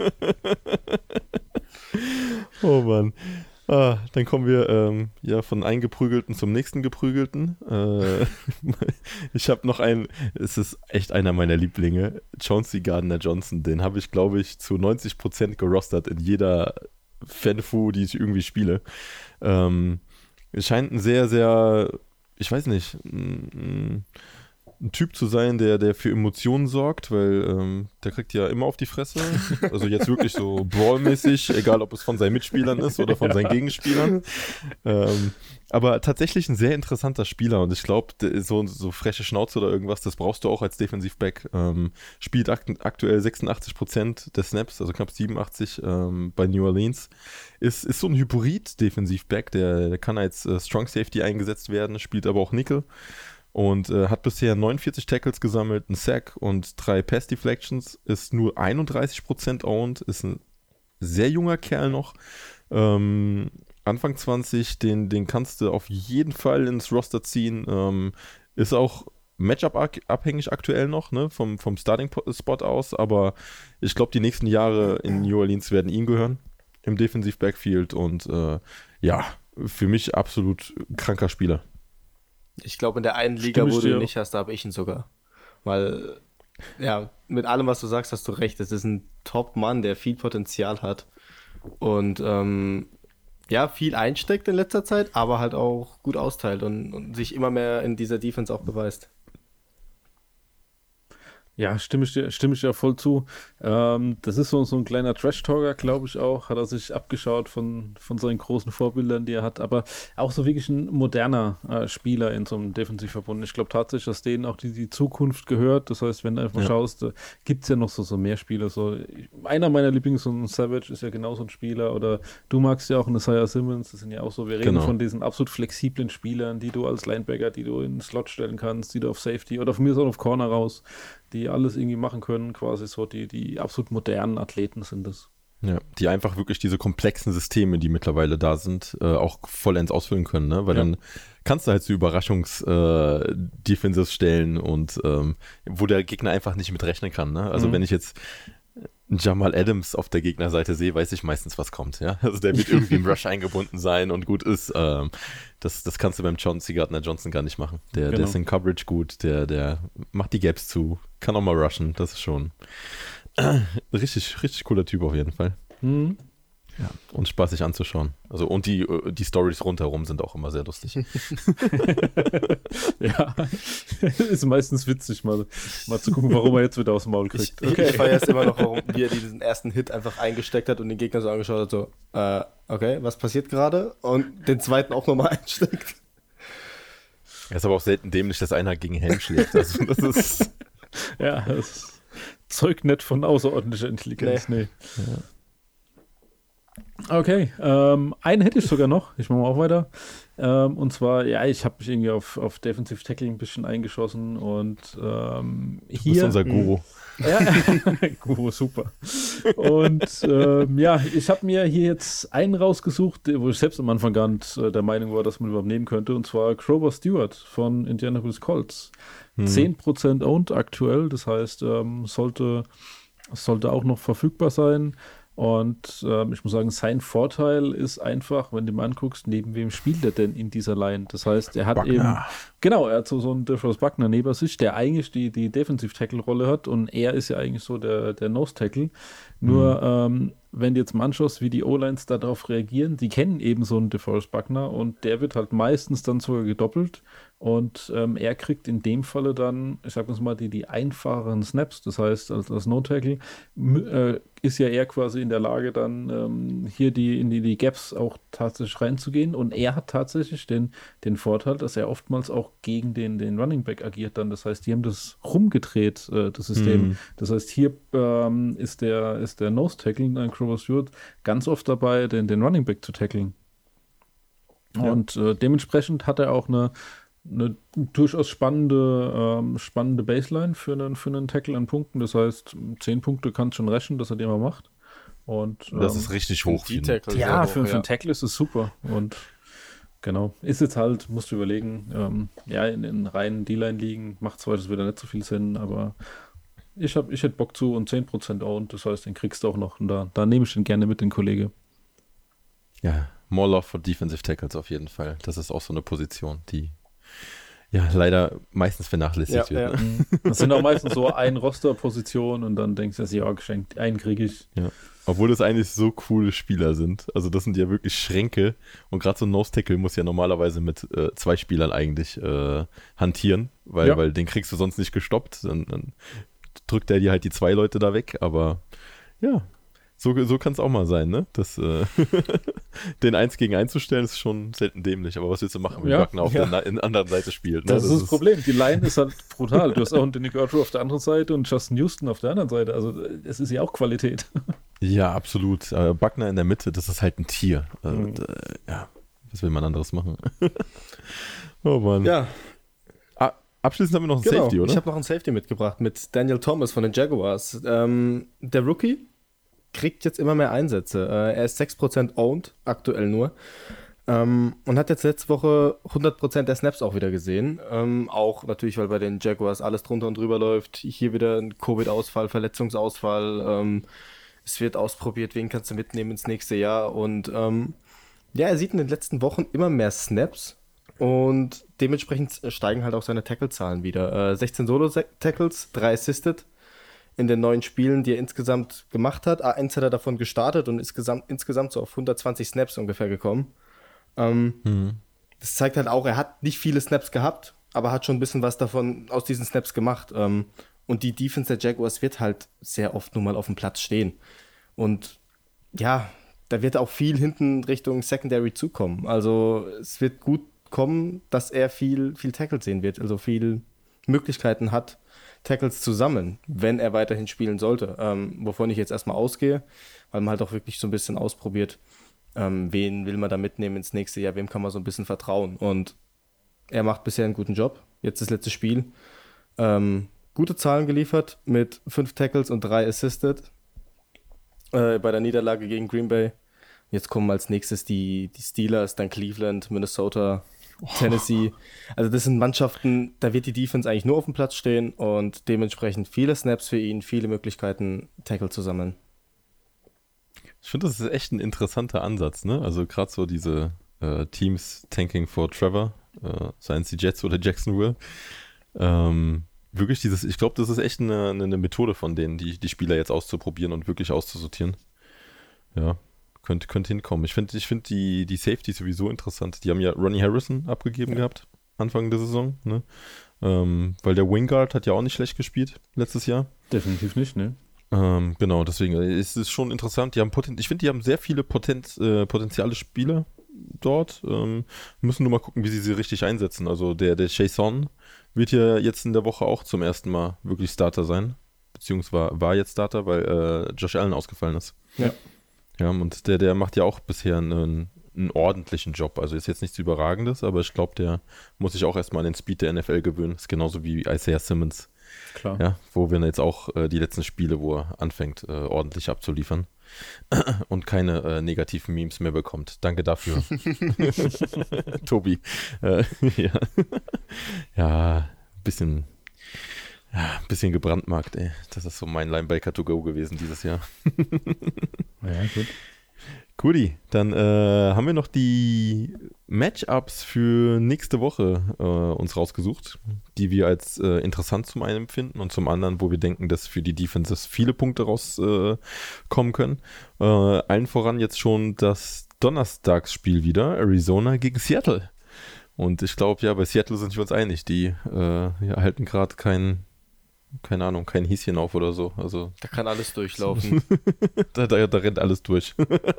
Oh Mann. Ah, dann kommen wir ähm, ja von einem Geprügelten zum nächsten Geprügelten. Äh, ich habe noch einen, es ist echt einer meiner Lieblinge, Chauncey Gardner-Johnson. Den habe ich, glaube ich, zu neunzig Prozent gerostert in jeder Fanfu, die ich irgendwie spiele. Ähm, es scheint ein sehr, sehr, ich weiß nicht, ein, ein Typ zu sein, der, der für Emotionen sorgt, weil ähm, der kriegt ja immer auf die Fresse. Also jetzt wirklich so Brawl-mäßig, egal ob es von seinen Mitspielern ist oder von seinen Gegenspielern. Ähm, aber tatsächlich ein sehr interessanter Spieler und ich glaube, so, so freche Schnauze oder irgendwas, das brauchst du auch als Defensivback. Ähm, spielt akt- aktuell sechsundachtzig Prozent der Snaps, also knapp siebenundachtzig ähm, bei New Orleans. Ist, ist so ein Hybrid-Defensivback, der, der kann als äh, Strong Safety eingesetzt werden, spielt aber auch Nickel. Und äh, hat bisher neunundvierzig Tackles gesammelt, einen Sack und drei Pass-Deflections, ist nur einunddreißig Prozent owned, ist ein sehr junger Kerl noch. Ähm, Anfang zwanzig, den, den kannst du auf jeden Fall ins Roster ziehen. Ähm, ist auch Matchup-abhängig aktuell noch, ne, vom, vom Starting-Spot aus, aber ich glaube, die nächsten Jahre in New Orleans werden ihm gehören im Defensive-Backfield und äh, ja, für mich absolut kranker Spieler. Ich glaube, in der einen Liga, Stimme wo ich du dir ihn auch. nicht hast, da habe ich ihn sogar. Weil, ja, mit allem, was du sagst, hast du recht. Es ist ein Top-Mann, der viel Potenzial hat. Und, ähm, ja, viel einsteckt in letzter Zeit, aber halt auch gut austeilt und, und sich immer mehr in dieser Defense auch beweist. Ja, stimme ich dir, stimme ich dir voll zu. Ähm, das ist so, so ein kleiner Trash-Talker, glaube ich auch. Hat er sich abgeschaut von, von seinen großen Vorbildern, die er hat. Aber auch so wirklich ein moderner äh, Spieler in so einem Defensivverbund. Ich glaube tatsächlich, dass denen auch die, die Zukunft gehört. Das heißt, wenn du einfach Ja. schaust, da gibt es ja noch so, so mehr Spieler. So, einer meiner Lieblings, so ein Savage, ist ja genauso ein Spieler. Oder du magst ja auch einen Isaiah Simmons. Das sind ja auch so, wir reden Genau. von diesen absolut flexiblen Spielern, die du als Linebacker, die du in den Slot stellen kannst, die du auf Safety oder von mir auch auf Corner raus, die alles irgendwie machen können, quasi so die, die absolut modernen Athleten sind das. Ja, die einfach wirklich diese komplexen Systeme, die mittlerweile da sind, äh, auch vollends ausfüllen können, ne? Weil Ja. dann kannst du halt so Überraschungs-Defenses stellen und ähm, wo der Gegner einfach nicht mit rechnen kann, ne? Also Mhm. wenn ich jetzt einen Jamal Adams auf der Gegnerseite sehe, weiß ich meistens, was kommt, ja? Also der wird irgendwie im Rush eingebunden sein und gut ist. Ähm, das, das kannst du beim Chauncey Gardner-Johnson gar nicht machen. Der, Genau. der ist in Coverage gut, der, der macht die Gaps zu, kann auch mal rushen, das ist schon richtig, richtig cooler Typ auf jeden Fall. Mhm. Ja, und spaßig anzuschauen. Also und die, die Storys rundherum sind auch immer sehr lustig. Ja, ist meistens witzig, mal, mal zu gucken, warum er jetzt wieder aus dem Maul kriegt. Ich, okay. ich feiere es immer noch, warum, wie er diesen ersten Hit einfach eingesteckt hat und den Gegner so angeschaut hat, so, äh, okay, was passiert gerade? Und den zweiten auch nochmal einsteckt. Er ist aber auch selten dämlich, dass einer gegen Helm schlägt. Also das ist... Ja, das zeugt nicht von außerordentlicher Intelligenz, nee. nee. Ja. Okay, ähm, einen hätte ich sogar noch. Ich mache mal auch weiter. Ähm, und zwar, ja, ich habe mich irgendwie auf, auf Defensive Tackling ein bisschen eingeschossen und ähm, hier. Du bist unser Guru. Ja, Guru, super. Und ähm, ja, ich habe mir hier jetzt einen rausgesucht, wo ich selbst am Anfang gar nicht äh, der Meinung war, dass man überhaupt nehmen könnte, und zwar Grover Stewart von Indianapolis Colts. Hm. zehn Prozent owned aktuell, das heißt, ähm, sollte, sollte auch noch verfügbar sein. Und ähm, ich muss sagen, sein Vorteil ist einfach, wenn du mal anguckst, neben wem spielt er denn in dieser Line? Das heißt, er hat Buckner. eben, genau, er hat so, so einen DeForest Buckner neben sich, der eigentlich die, die Defensive-Tackle-Rolle hat, und er ist ja eigentlich so der, der Nose-Tackle. Nur, mhm. ähm, wenn du jetzt mal anschaust, wie die O-Lines darauf reagieren, die kennen eben so einen DeForest Buckner und der wird halt meistens dann sogar gedoppelt. Und ähm, er kriegt in dem Falle dann, ich sag mal, die, die einfacheren Snaps. Das heißt, als, als No-Tackle äh, ist ja er quasi in der Lage, dann ähm, hier die, in die, die Gaps auch tatsächlich reinzugehen. Und er hat tatsächlich den, den Vorteil, dass er oftmals auch gegen den, den Running Back agiert dann. Das heißt, die haben das rumgedreht, äh, das System. Mhm. Das heißt, hier ähm, ist der, ist der Nose-Tackle, ein Grover Stewart, ganz oft dabei, den, den Running Back zu tackeln. Ja. Und äh, dementsprechend hat er auch eine eine durchaus spannende, ähm, spannende Baseline für einen, für einen Tackle an Punkten. Das heißt, zehn Punkte kannst schon rechnen, dass er den mal macht. Und, ähm, das ist richtig hoch. Die Tackle ja, hoch, für, für ja. einen Tackle ist es super. Und genau, ist jetzt halt, musst du überlegen, ähm, ja, in den reinen D-Line liegen, macht zwar das wieder nicht so viel Sinn, aber ich, hab, ich hätte Bock zu und zehn Prozent owned, das heißt, den kriegst du auch noch. Und da, da nehme ich den gerne mit, den Kollege. Ja, more love for Defensive Tackles auf jeden Fall. Das ist auch so eine Position, die ja leider meistens vernachlässigt ja, wird. Ja. Ne? Das sind auch meistens so ein Roster-Position und dann denkst du, ja, geschenkt, einen kriege ich. Ja. Obwohl das eigentlich so coole Spieler sind. Also das sind ja wirklich Schränke und gerade so ein Nose-Tackle muss ja normalerweise mit äh, zwei Spielern eigentlich äh, hantieren, weil, ja. weil den kriegst du sonst nicht gestoppt. Dann, dann drückt er dir halt die zwei Leute da weg, aber ja, so, so kann es auch mal sein, ne? Das, äh, den eins gegen eins zu stellen, ist schon selten dämlich. Aber was willst du machen, wenn ja, Wagner auf ja. der anderen Seite spielt? Ne? Das, Das ist das ist Problem. Die Line ist halt brutal. Du hast auch einen Danny Gertrude auf der anderen Seite und Justin Houston auf der anderen Seite. Also es ist ja auch Qualität. Ja, absolut. Äh, Buckner in der Mitte, das ist halt ein Tier. Äh, Mhm. und, äh, ja, was will man anderes machen? Oh Mann. Ja, Ah, abschließend haben wir noch einen genau. Safety, oder? Ich habe noch einen Safety mitgebracht mit Daniel Thomas von den Jaguars. Ähm, der Rookie kriegt jetzt immer mehr Einsätze. Äh, er ist sechs Prozent owned, aktuell nur. Ähm, und hat jetzt letzte Woche hundert Prozent der Snaps auch wieder gesehen. Ähm, auch natürlich, weil bei den Jaguars alles drunter und drüber läuft. Hier wieder ein Covid-Ausfall, Verletzungsausfall. Ähm, es wird ausprobiert, wen kannst du mitnehmen ins nächste Jahr. Und ähm, ja, er sieht in den letzten Wochen immer mehr Snaps. Und dementsprechend steigen halt auch seine Tackle-Zahlen wieder. Äh, sechzehn Solo-Tackles, drei Assisted in den neun Spielen, die er insgesamt gemacht hat. Eins hat er davon gestartet und ist gesamt, insgesamt so auf hundertzwanzig Snaps ungefähr gekommen. Ähm, Mhm. Das zeigt halt auch, er hat nicht viele Snaps gehabt, aber hat schon ein bisschen was davon aus diesen Snaps gemacht. Ähm, und die Defense der Jaguars wird halt sehr oft nun mal auf dem Platz stehen. Und ja, da wird auch viel hinten Richtung Secondary zukommen. Also es wird gut kommen, dass er viel, viel Tackle sehen wird, also viel Möglichkeiten hat, Tackles zu sammeln, wenn er weiterhin spielen sollte. Ähm, wovon ich jetzt erstmal ausgehe, weil man halt auch wirklich so ein bisschen ausprobiert, ähm, wen will man da mitnehmen ins nächste Jahr, wem kann man so ein bisschen vertrauen. Und er macht bisher einen guten Job. Jetzt das letzte Spiel. Ähm, gute Zahlen geliefert mit fünf Tackles und drei Assisted äh, bei der Niederlage gegen Green Bay. Jetzt kommen als nächstes die, die Steelers, dann Cleveland, Minnesota, Tennessee. Also das sind Mannschaften, da wird die Defense eigentlich nur auf dem Platz stehen und dementsprechend viele Snaps für ihn, viele Möglichkeiten, Tackle zu sammeln. Ich finde, das ist echt ein interessanter Ansatz, ne? Also gerade so diese äh, Teams tanking for Trevor, äh, seien es die Jets oder Jacksonville. Ähm, wirklich dieses, ich glaube, das ist echt eine, eine Methode von denen, die, die Spieler jetzt auszuprobieren und wirklich auszusortieren. Ja, könnte, könnte hinkommen. Ich finde ich find die, die Safety sowieso interessant. Die haben ja Ronnie Harrison abgegeben ja. gehabt, Anfang der Saison, ne? Ähm, weil der Wingard hat ja auch nicht schlecht gespielt letztes Jahr. Definitiv nicht, ne? Ähm, genau, deswegen ist es schon interessant. Die haben Poten- ich finde, die haben sehr viele Potent- äh, potenzielle Spieler dort. Ähm, müssen nur mal gucken, wie sie sie richtig einsetzen. Also der, der Chason wird ja jetzt in der Woche auch zum ersten Mal wirklich Starter sein. Beziehungsweise war jetzt Starter, weil äh, Josh Allen ausgefallen ist. Ja. Ja, und der, der macht ja auch bisher einen, einen ordentlichen Job. Also ist jetzt nichts Überragendes, aber ich glaube, der muss sich auch erstmal an den Speed der N F L gewöhnen. Das ist genauso wie Isaiah Simmons. Klar. Ja, wo wir jetzt auch äh, die letzten Spiele, wo er anfängt, äh, ordentlich abzuliefern und keine äh, negativen Memes mehr bekommt. Danke dafür. Tobi. Äh, ja, ja, ein bisschen, ja, ein bisschen gebrandmarkt, ey. Das ist so mein Linebacker to go gewesen dieses Jahr. Ja, gut. Guti, dann äh, haben wir noch die Matchups für nächste Woche äh, uns rausgesucht, die wir als äh, interessant zum einen empfinden und zum anderen, wo wir denken, dass für die Defenses viele Punkte rauskommen äh, können. Äh, allen voran jetzt schon das Donnerstagsspiel wieder, Arizona gegen Seattle. Und ich glaube, ja, bei Seattle sind wir uns einig, die äh, ja, halten gerade kein, keine Ahnung, kein Häschen auf oder so. Also Da kann alles durchlaufen. da, da, da rennt alles durch.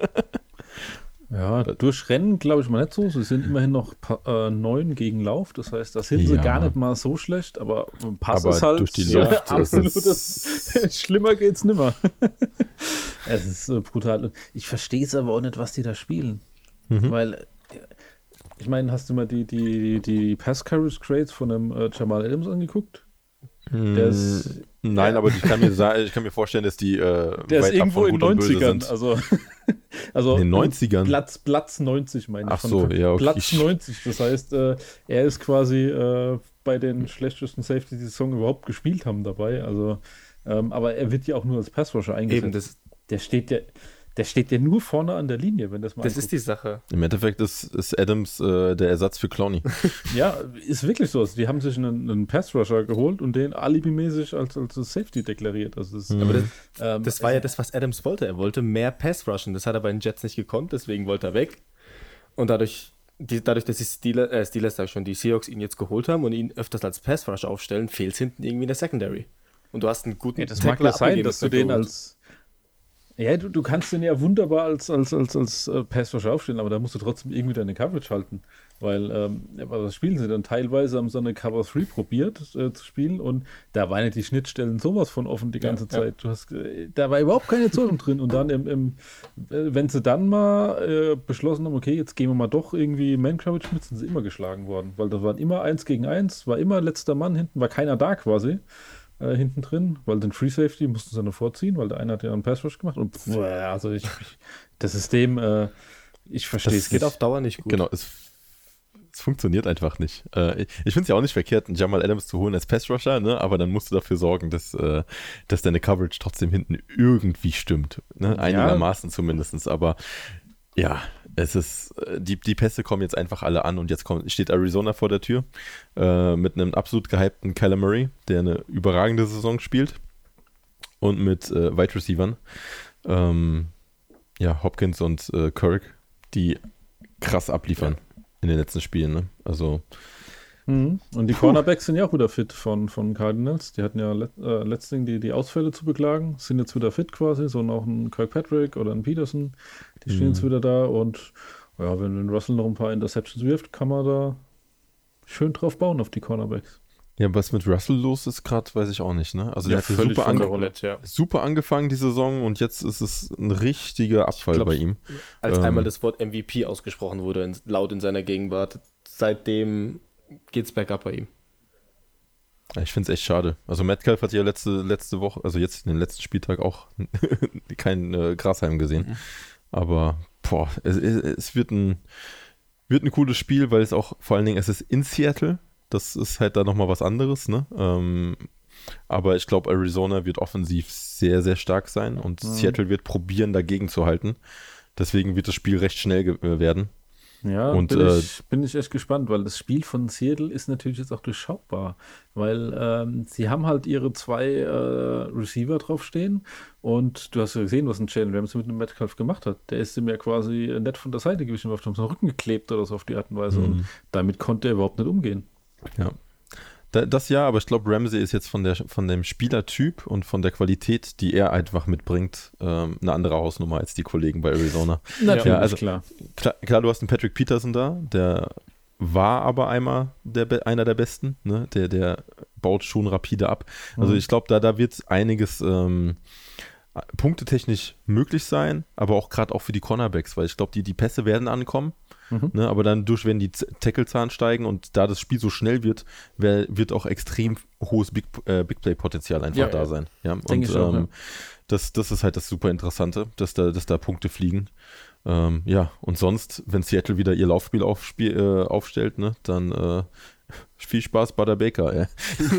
Ja, durchrennen glaube ich mal nicht so. Sie sind immerhin noch pa- äh, neun gegen Lauf. Das heißt, das sind sie Ja. gar nicht mal so schlecht, aber Pass Aber ist halt durch die ja, Luft ist absolut. es- Das, schlimmer geht's nimmer. Es ist äh, brutal. Ich verstehe es aber auch nicht, was die da spielen. Mhm. Weil, äh, ich meine, hast du mal die, die, die Pass-Carriage-Grades von dem äh, Jamal Adams angeguckt? Der ist, Nein, ja. aber ich kann mir, sa- ich kann mir vorstellen, dass die äh, der ist weit ab irgendwo von in Gut und Böse neunzigern. sind. Also, also In den neunzigern? Platz, Platz neunzig meine ich. Ach von- so, ja, okay. Platz neunzig. Das heißt, äh, er ist quasi äh, bei den schlechtesten Safety, die die Saison überhaupt gespielt haben, dabei. Also, ähm, aber er wird ja auch nur als Passrusher eingesetzt. Eben, das, Der steht ja, der steht ja nur vorne an der Linie, wenn das mal das anguckt. ist die Sache. Im Endeffekt ist, ist Adams äh, der Ersatz für Clowney. Ja, ist wirklich so. Also die haben sich einen, einen Pass-Rusher geholt und den alibimäßig als, als Safety deklariert. Also das, Aber das, ähm, das war ja das, was Adams wollte. Er wollte mehr Pass-Rushen. Das hat er bei den Jets nicht gekonnt, deswegen wollte er weg. Und dadurch, die, dadurch dass die Steelers, äh, Steelers sag ich schon, die Seahawks ihn jetzt geholt haben und ihn öfters als Pass-Rusher aufstellen, fehlt es hinten irgendwie in der Secondary. Und du hast einen guten Ja, das mag Tackler ja sein, abgegeben dass du mit den McDonald. als. Ja, du, du kannst den ja wunderbar als, als, als, als äh, Passrusher aufstellen, aber da musst du trotzdem irgendwie deine Coverage halten. Weil, ähm, ja, was spielen sie dann? Teilweise haben sie eine Cover drei probiert äh, zu spielen und da waren ja die Schnittstellen sowas von offen die ganze Ja, Zeit. Du hast, äh, da war überhaupt keine Zone drin. Und dann, im, im, äh, wenn sie dann mal äh, beschlossen haben, okay, jetzt gehen wir mal doch irgendwie Man-Coverage mit, sind sie immer geschlagen worden. Weil das waren immer eins gegen eins, war immer letzter Mann hinten, war keiner da quasi. Äh, hinten drin, weil den Free Safety mussten sie dann vorziehen, weil der eine hat ja einen Pass Rush gemacht und pff, also ich, ich das System, äh, ich verstehe Das es Es geht nicht. auf Dauer nicht gut. Genau, es, es funktioniert einfach nicht. Äh, ich ich finde es ja auch nicht verkehrt, einen Jamal Adams zu holen als Pass-Rusher, ne? Aber dann musst du dafür sorgen, dass, äh, dass deine Coverage trotzdem hinten irgendwie stimmt. Ne? Ja. Einigermaßen zumindest. Aber ja, es ist, äh, die, die Pässe kommen jetzt einfach alle an und jetzt kommt, steht Arizona vor der Tür äh, mit einem absolut gehypten Kyler Murray, der eine überragende Saison spielt und mit äh, Wide Receivern. Ähm, ja, Hopkins und äh, Kirk, die krass abliefern in den letzten Spielen. Ne? Also Mhm. Und die Cornerbacks sind ja auch wieder fit von, von Cardinals. Die hatten ja let, äh, letztens die, die Ausfälle zu beklagen, sind jetzt wieder fit quasi, so noch ein Kirkpatrick oder ein Peterson, die stehen Mhm. jetzt wieder da und ja, wenn, wenn Russell noch ein paar Interceptions wirft, kann man da schön drauf bauen auf die Cornerbacks. ja, was mit Russell los ist gerade, weiß ich auch nicht. Ne? Also der hat ja völlig super, von der ange Rolle. Ja. super angefangen die Saison und jetzt ist es ein richtiger Abfall glaub, bei ihm. Als Ähm. einmal das Wort M V P ausgesprochen wurde, in, laut in seiner Gegenwart, seitdem geht's bergab bei ihm. Ja, ich finde es echt schade. Also Metcalf hat ja letzte, letzte Woche, also jetzt den letzten Spieltag auch kein äh, Grashalm gesehen. Mhm. Aber boah, es, es, es wird, ein, wird ein cooles Spiel, weil es auch vor allen Dingen, es ist in Seattle. Das ist halt da nochmal was anderes, ne? Ähm, aber ich glaube, Arizona wird offensiv sehr, sehr stark sein und Mhm. Seattle wird probieren, dagegen zu halten. Deswegen wird das Spiel recht schnell ge- äh, werden. Ja, Und, bin, äh, ich, bin ich echt gespannt, weil das Spiel von Seattle ist natürlich jetzt auch durchschaubar, weil ähm, sie haben halt ihre zwei äh, Receiver draufstehen und du hast ja gesehen, was ein Jalen Ramsey mit dem Metcalf gemacht hat. Der ist ihm ja quasi nett von der Seite gewichen, auf den Rücken geklebt oder so auf die Art und Weise Mhm. und damit konnte er überhaupt nicht umgehen. Ja. Da, das ja, aber ich glaube, Ramsey ist jetzt von, der, von dem Spielertyp und von der Qualität, die er einfach mitbringt, ähm, eine andere Hausnummer als die Kollegen bei Arizona. Natürlich, Ja, also- klar. Klar, klar, du hast einen Patrick Peterson da, der war aber einmal der, Be- einer der Besten, ne? der, der baut schon rapide ab. Also Mhm. ich glaube, da, da wird einiges ähm, punktetechnisch möglich sein, aber auch gerade auch für die Cornerbacks, weil ich glaube, die, die Pässe werden ankommen, Mhm. ne? Aber dann durch werden die Z- Tackle-Zahlen steigen und da das Spiel so schnell wird, wer, wird auch extrem hohes Big, äh, Big Play-Potenzial einfach Ja, da sein. Ja? Und denke ich auch, ähm, ja. das, das ist halt das super Interessante, dass da, dass da Punkte fliegen. Ähm, ja, und sonst, wenn Seattle wieder ihr Laufspiel aufspiel, äh, aufstellt, ne, dann äh, viel Spaß, Butter Baker, ey.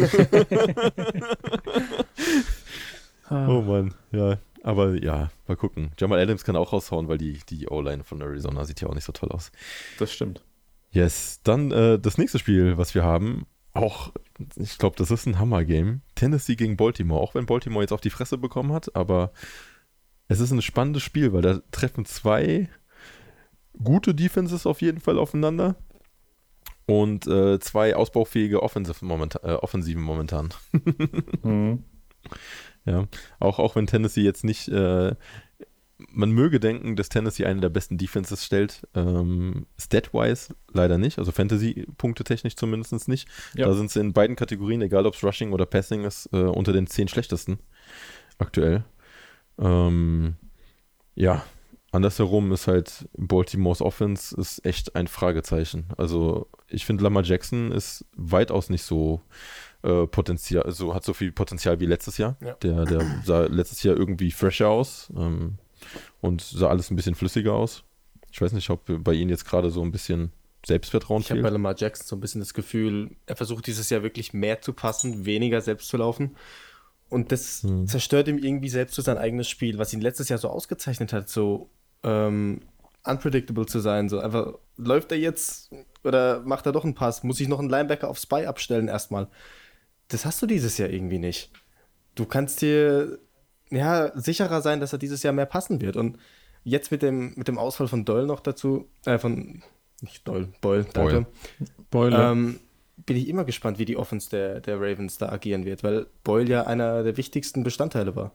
Ah, Oh Mann, ja. Aber ja, mal gucken. Jamal Adams kann auch raushauen, weil die, die O-Line von Arizona sieht ja auch nicht so toll aus. das stimmt. Yes, dann äh, das nächste Spiel, was wir haben, auch, ich glaube, das ist ein Hammer-Game. Tennessee gegen Baltimore, auch wenn Baltimore jetzt auf die Fresse bekommen hat, aber es ist ein spannendes Spiel, weil da treffen zwei gute Defenses auf jeden Fall aufeinander und äh, zwei ausbaufähige Offensive momentan, äh, Offensiven momentan. Mhm. Ja, auch, auch wenn Tennessee jetzt nicht, äh, man möge denken, dass Tennessee eine der besten Defenses stellt, ähm, stat-wise leider nicht, also Fantasy-Punkte technisch zumindest nicht. Ja. Da sind sie in beiden Kategorien, egal ob es Rushing oder Passing ist, äh, unter den zehn schlechtesten aktuell. Ähm, ja, andersherum ist halt Baltimore's Offense ist echt ein Fragezeichen. Also ich finde Lamar Jackson ist weitaus nicht so äh, Potenzial, also hat so viel Potenzial wie letztes Jahr. Ja. Der, der sah letztes Jahr irgendwie fresher aus ähm, und sah alles ein bisschen flüssiger aus. Ich weiß nicht, ob bei Ihnen jetzt gerade so ein bisschen Selbstvertrauen Ich habe fehlt. bei Lamar Jackson so ein bisschen das Gefühl, er versucht dieses Jahr wirklich mehr zu passen, weniger selbst zu laufen. Und das Hm. zerstört ihm irgendwie selbst so sein eigenes Spiel, was ihn letztes Jahr so ausgezeichnet hat, so ähm, unpredictable zu sein. So einfach, läuft er jetzt oder macht er doch einen Pass? Muss ich noch einen Linebacker auf Spy abstellen erstmal? Das hast du dieses Jahr irgendwie nicht. Du kannst dir ja sicherer sein, dass er dieses Jahr mehr passen wird. Und jetzt mit dem, mit dem Ausfall von Doyle noch dazu, äh, von, nicht Doyle, Boyle, danke. Boiler. Ähm, bin ich immer gespannt, wie die Offense der, der Ravens da agieren wird, weil Boyle ja einer der wichtigsten Bestandteile war.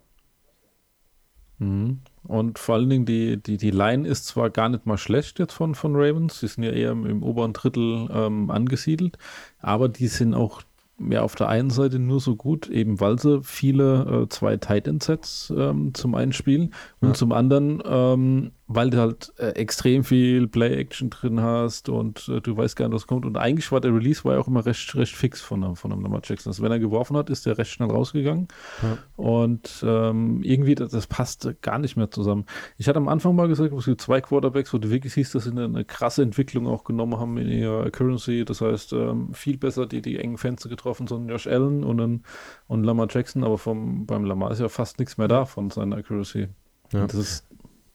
Mhm. Und vor allen Dingen, die, die, die Line ist zwar gar nicht mal schlecht jetzt von, von Ravens, die sind ja eher im, im oberen Drittel ähm, angesiedelt, aber die sind auch ja auf der einen Seite nur so gut, eben weil sie viele äh, zwei Tight End Sets ähm, zum einen spielen und Ja. zum anderen, ähm, weil du halt äh, extrem viel Play-Action drin hast und äh, du weißt gar nicht, was kommt. Und eigentlich war der Release war ja auch immer recht, recht fix von, einem- von einem Lamar Jackson. Also wenn er geworfen hat, ist der recht schnell rausgegangen. Ja. Und ähm, irgendwie, das, das passte gar nicht mehr zusammen. Ich hatte am Anfang mal gesagt, es gibt zwei Quarterbacks, wo du wirklich siehst, dass sie eine, eine krasse Entwicklung auch genommen haben in ihrer Accuracy. Das heißt, ähm, viel besser die, die engen Fenster getroffen, so ein Josh Allen und ein und Lamar Jackson, aber vom, beim Lamar ist ja fast nichts mehr da von seiner Accuracy. Ja. Und das ist,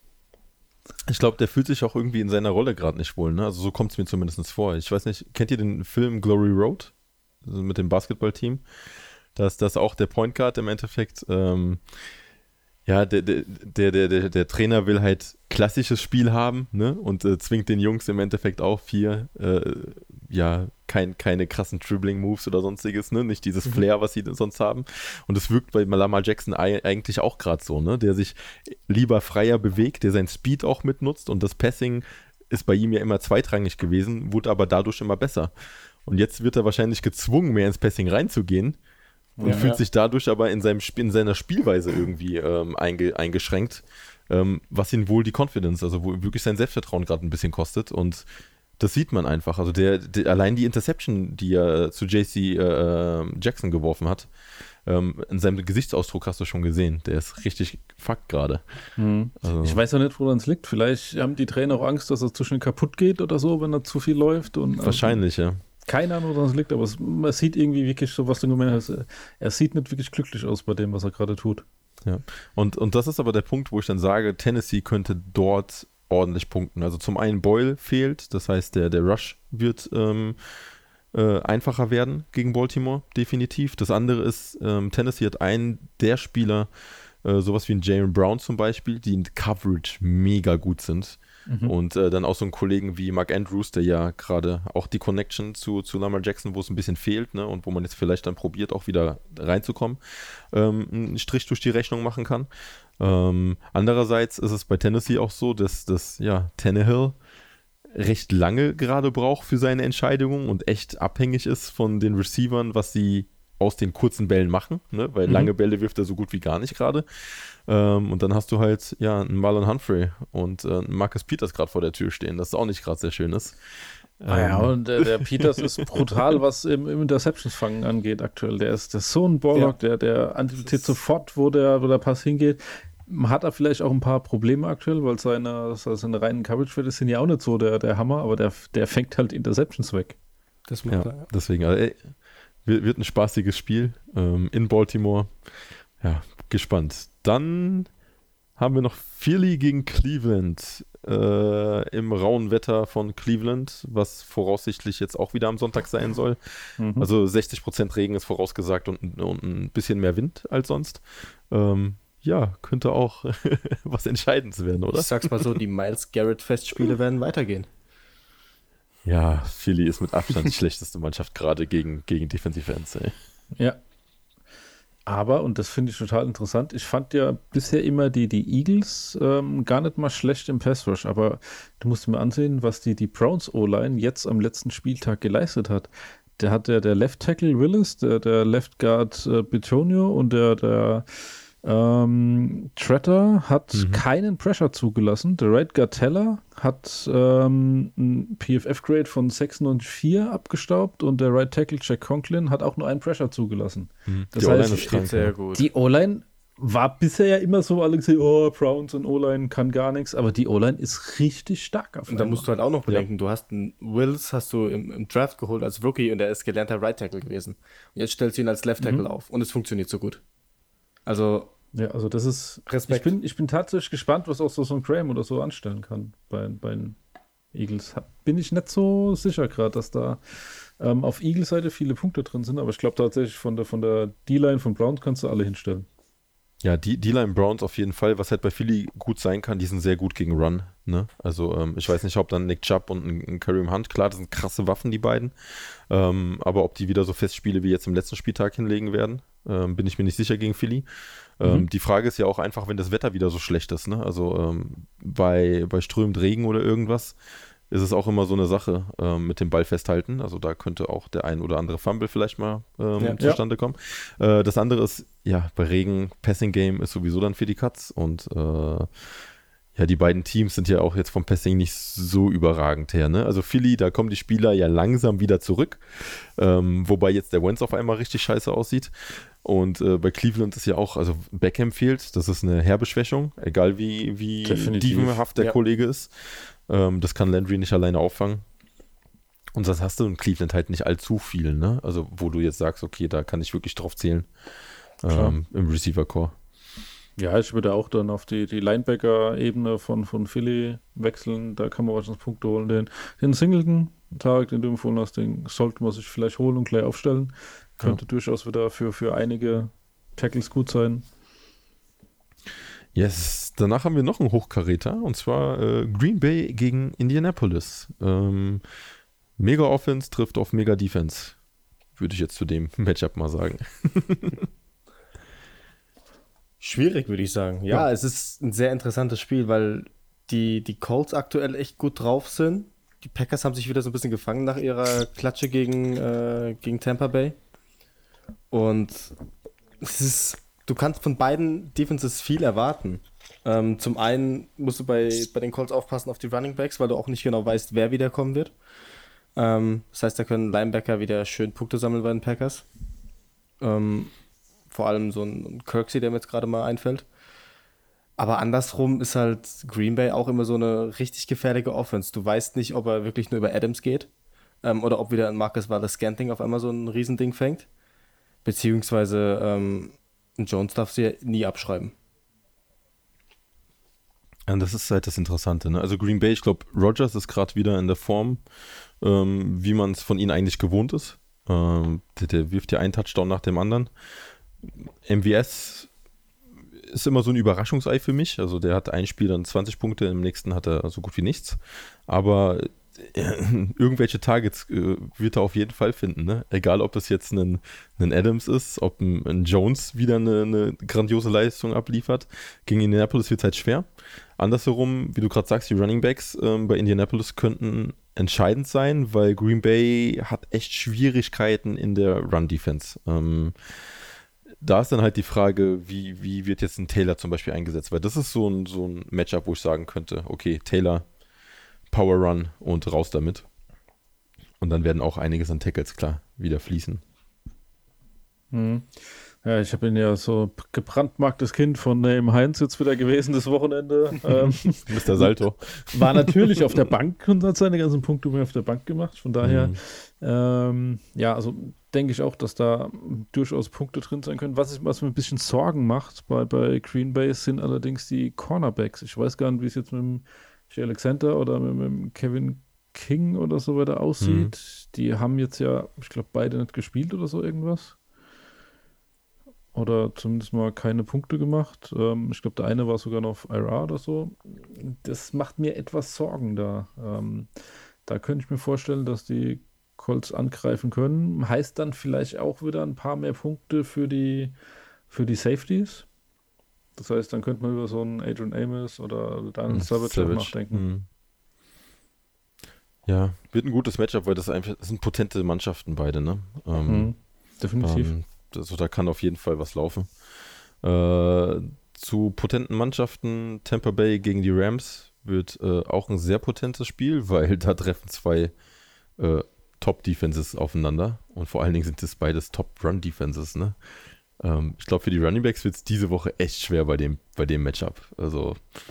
Ich glaube, der fühlt sich auch irgendwie in seiner Rolle gerade nicht wohl, ne? Also so kommt es mir zumindest vor. Ich weiß nicht, kennt ihr den Film Glory Road? Also mit dem Basketballteam? Da ist das auch der Point Guard im Endeffekt. Ähm, ja, der, der, der, der, der, der Trainer will halt klassisches Spiel haben, ne? Und äh, zwingt den Jungs im Endeffekt auch vier, äh, ja, kein, keine krassen Dribbling-Moves oder sonstiges, ne? Nicht dieses Flair, was sie sonst haben. Und es wirkt bei Lamar Jackson ei- eigentlich auch gerade so, ne? Der sich lieber freier bewegt, der seinen Speed auch mitnutzt und das Passing ist bei ihm ja immer zweitrangig gewesen, wurde aber dadurch immer besser. Und jetzt wird er wahrscheinlich gezwungen, mehr ins Passing reinzugehen und Ja, fühlt ja. sich dadurch aber in, seinem, Sp- in seiner Spielweise irgendwie ähm, einge, eingeschränkt, ähm, was ihn wohl die Confidence, also wo wirklich sein Selbstvertrauen gerade ein bisschen kostet und das sieht man einfach. Also der, der allein die Interception, die er zu J C äh, Jackson geworfen hat, ähm, in seinem Gesichtsausdruck hast du schon gesehen. Der ist richtig fucked gerade. Mhm. Also, Ich weiß ja nicht, woran es liegt. Vielleicht haben die Trainer auch Angst, dass er zu schnell kaputt geht oder so, wenn er zu viel läuft. Und, wahrscheinlich, ja. Keine Ahnung, woran es liegt, aber es, man sieht irgendwie wirklich so, was du gemeint hast. Er sieht nicht wirklich glücklich aus bei dem, was er gerade tut. Ja. Und, und das ist aber der Punkt, wo ich dann sage, Tennessee könnte dort ordentlich punkten. Also zum einen Boyle fehlt, das heißt der, der Rush wird ähm, äh, einfacher werden gegen Baltimore, definitiv. Das andere ist, ähm, Tennessee hat einen der Spieler, äh, sowas wie ein Jalen Brown zum Beispiel, die in Coverage mega gut sind. Mhm. Und äh, dann auch so einen Kollegen wie Mark Andrews, der ja gerade auch die Connection zu, zu Lamar Jackson, wo es ein bisschen fehlt, ne, und wo man jetzt vielleicht dann probiert, auch wieder reinzukommen, ähm, einen Strich durch die Rechnung machen kann. Ähm, andererseits ist es bei Tennessee auch so, dass, dass ja, Tannehill recht lange gerade braucht für seine Entscheidungen und echt abhängig ist von den Receivern, was sie aus den kurzen Bällen machen, ne? Weil mhm. lange Bälle wirft er so gut wie gar nicht gerade. Ähm, und dann hast du halt ja einen Marlon Humphrey und äh, einen Marcus Peters gerade vor der Tür stehen, das auch nicht gerade sehr schön ist. Ah ja, ähm. und der, der Peters ist brutal, was im, im Interceptions-Fangen angeht aktuell. Der ist, der ist so ein Ballhawk, ja. der, der antizipiert sofort, wo der, wo der Pass hingeht. Hat er vielleicht auch ein paar Probleme aktuell, weil seine, seine reinen Coverage-Werte sind ja auch nicht so der, der Hammer, aber der, der fängt halt Interceptions weg. Das macht ja, er, ja. Deswegen, also, ey, wird ein spaßiges Spiel ähm, in Baltimore. Ja, gespannt. Dann haben wir noch Philly gegen Cleveland äh, im rauen Wetter von Cleveland, was voraussichtlich jetzt auch wieder am Sonntag sein soll. Mhm. Also sechzig Prozent Regen ist vorausgesagt und, und ein bisschen mehr Wind als sonst. Ähm, ja, könnte auch was Entscheidendes werden, oder? Ich sag's mal so, die Myles Garrett-Festspiele werden weitergehen. Ja, Philly ist mit Abstand die schlechteste Mannschaft gerade gegen, gegen Defensive Ends. Ey. Ja. Aber, und das finde ich total interessant, ich fand ja bisher immer die, die Eagles ähm, gar nicht mal schlecht im Pass Rush, aber du musst dir mal ansehen, was die, die Browns O-Line jetzt am letzten Spieltag geleistet hat. Der hat der, der Left Tackle Willis, der, der Left Guard äh, Bitonio und der, der Ähm, Tretter hat mhm. keinen Pressure zugelassen. Der Right Guard Teller hat ähm, ein P F F-Grade von sechsundneunzig Komma vier abgestaubt und der Right Tackle Jack Conklin hat auch nur einen Pressure zugelassen. Mhm. Das die heißt, O-Line steht sehr gut. Die O-Line war bisher ja immer so, alle gesagt, oh, Browns und O-Line kann gar nichts, aber die O-Line ist richtig stark. Auf und da musst du halt auch noch bedenken, ja. du hast einen Wills, hast du im, im Draft geholt als Rookie und der ist gelernter Right Tackle gewesen. Und jetzt stellst du ihn als Left Tackle mhm. auf und es funktioniert so gut. Also ja, also das ist Respekt. Ich bin, ich bin tatsächlich gespannt, was auch so, so ein Graham oder so anstellen kann bei, bei den Eagles. Bin ich nicht so sicher gerade, dass da ähm, auf Eagles-Seite viele Punkte drin sind, aber ich glaube tatsächlich von der, von der D-Line von Browns kannst du alle hinstellen. Ja, die D-Line Browns auf jeden Fall. Was halt bei Philly gut sein kann, die sind sehr gut gegen Run. Ne? Also ähm, ich weiß nicht, ob dann Nick Chubb und ein, ein Kareem Hunt, klar, das sind krasse Waffen, die beiden. Ähm, aber ob die wieder so Festspiele wie jetzt im letzten Spieltag hinlegen werden, ähm, bin ich mir nicht sicher gegen Philly. Ähm, mhm. Die Frage ist ja auch einfach, wenn das Wetter wieder so schlecht ist. Ne? Also ähm, bei, bei strömend Regen oder irgendwas ist es auch immer so eine Sache ähm, mit dem Ball festhalten. Also da könnte auch der ein oder andere Fumble vielleicht mal ähm, ja, zustande ja. kommen. Äh, das andere ist, ja, bei Regen, Passing Game ist sowieso dann für die Cuts und äh, ja, die beiden Teams sind ja auch jetzt vom Passing nicht so überragend her. Ne? Also Philly, da kommen die Spieler ja langsam wieder zurück, ähm, wobei jetzt der Wentz auf einmal richtig scheiße aussieht. Und äh, bei Cleveland ist ja auch, also Beckham fehlt, das ist eine herbe Schwächung, egal wie, wie dievenhaft der ja. Kollege ist. Ähm, das kann Landry nicht alleine auffangen. Und das hast du in Cleveland halt nicht allzu viel, ne? Also wo du jetzt sagst, okay, da kann ich wirklich drauf zählen ähm, im Receiver-Core. Ja, ich würde auch dann auf die, die Linebacker-Ebene von, von Philly wechseln. Da kann man wahrscheinlich Punkte holen. Den, den Singleton-Tag, den du empfohlen hast, den sollte man sich vielleicht holen und gleich aufstellen. Könnte ja. durchaus wieder für, für einige Tackles gut sein. Yes, danach haben wir noch einen Hochkaräter und zwar äh, Green Bay gegen Indianapolis. Ähm, Mega Offense trifft auf Mega Defense, würde ich jetzt zu dem Matchup mal sagen. Schwierig, würde ich sagen. Ja, ja, es ist ein sehr interessantes Spiel, weil die, die Colts aktuell echt gut drauf sind. Die Packers haben sich wieder so ein bisschen gefangen nach ihrer Klatsche gegen, äh, gegen Tampa Bay. Und es ist, du kannst von beiden Defenses viel erwarten. Ähm, zum einen musst du bei, bei den Colts aufpassen auf die Running Backs, weil du auch nicht genau weißt, wer wiederkommen wird. Ähm, das heißt, da können Linebacker wieder schön Punkte sammeln bei den Packers. Ähm, vor allem so ein Kirksey, der mir jetzt gerade mal einfällt. Aber andersrum ist halt Green Bay auch immer so eine richtig gefährliche Offense. Du weißt nicht, ob er wirklich nur über Adams geht ähm, oder ob wieder ein Marcus Valdes-Scantling auf einmal so ein Riesending fängt. Beziehungsweise ähm, ein Jones darf sie ja nie abschreiben. Ja, das ist halt das Interessante, ne? Also Green Bay, ich glaube, Rodgers ist gerade wieder in der Form, ähm, wie man es von ihnen eigentlich gewohnt ist. Ähm, der, der wirft ja einen Touchdown nach dem anderen. M V S ist immer so ein Überraschungsei für mich. Also der hat ein Spiel dann zwanzig Punkte, im nächsten hat er so gut wie nichts. Aber äh, irgendwelche Targets äh, wird er auf jeden Fall finden, ne? Egal, ob es jetzt ein, ein Adams ist, ob ein, ein Jones wieder eine, eine grandiose Leistung abliefert. Gegen Indianapolis wird es halt schwer. Andersherum, wie du gerade sagst, die Running Backs ähm, bei Indianapolis könnten entscheidend sein, weil Green Bay hat echt Schwierigkeiten in der Run-Defense. Ähm, da ist dann halt die Frage, wie, wie wird jetzt ein Taylor zum Beispiel eingesetzt? Weil das ist so ein, so ein Matchup, wo ich sagen könnte, okay, Taylor, Power Run und raus damit. Und dann werden auch einiges an Tackles, klar, wieder fließen. Mhm. Ja, ich habe ihn ja so gebrandmarktes Kind von Naeem Heinz jetzt wieder gewesen das Wochenende. ähm, Mister Salto. War natürlich auf der Bank und hat seine ganzen Punkte auf der Bank gemacht. Von daher, mhm. ähm, ja, also denke ich auch, dass da durchaus Punkte drin sein können. Was, ich, was mir ein bisschen Sorgen macht bei, bei Green Bay sind allerdings die Cornerbacks. Ich weiß gar nicht, wie es jetzt mit dem Jay Alexander oder mit, mit dem Kevin King oder so weiter aussieht. Mhm. Die haben jetzt ja, ich glaube, beide nicht gespielt oder so irgendwas. Oder zumindest mal keine Punkte gemacht. Ähm, ich glaube, der eine war sogar noch auf I R A oder so. Das macht mir etwas Sorgen da. Ähm, da könnte ich mir vorstellen, dass die Colts angreifen können. Heißt dann vielleicht auch wieder ein paar mehr Punkte für die, für die Safeties. Das heißt, dann könnte man über so einen Adrian Amos oder Daniel Savage, Savage. nachdenken. Mhm. Ja, wird ein gutes Matchup, weil das einfach das sind potente Mannschaften beide, ne? Ähm, mhm. Definitiv. Ähm, Also da kann auf jeden Fall was laufen. Äh, zu potenten Mannschaften, Tampa Bay gegen die Rams wird äh, auch ein sehr potentes Spiel, weil da treffen zwei äh, Top-Defenses aufeinander und vor allen Dingen sind es beides Top-Run-Defenses. Ne? Ähm, ich glaube, für die Running Backs wird es diese Woche echt schwer bei dem, bei dem Matchup. Also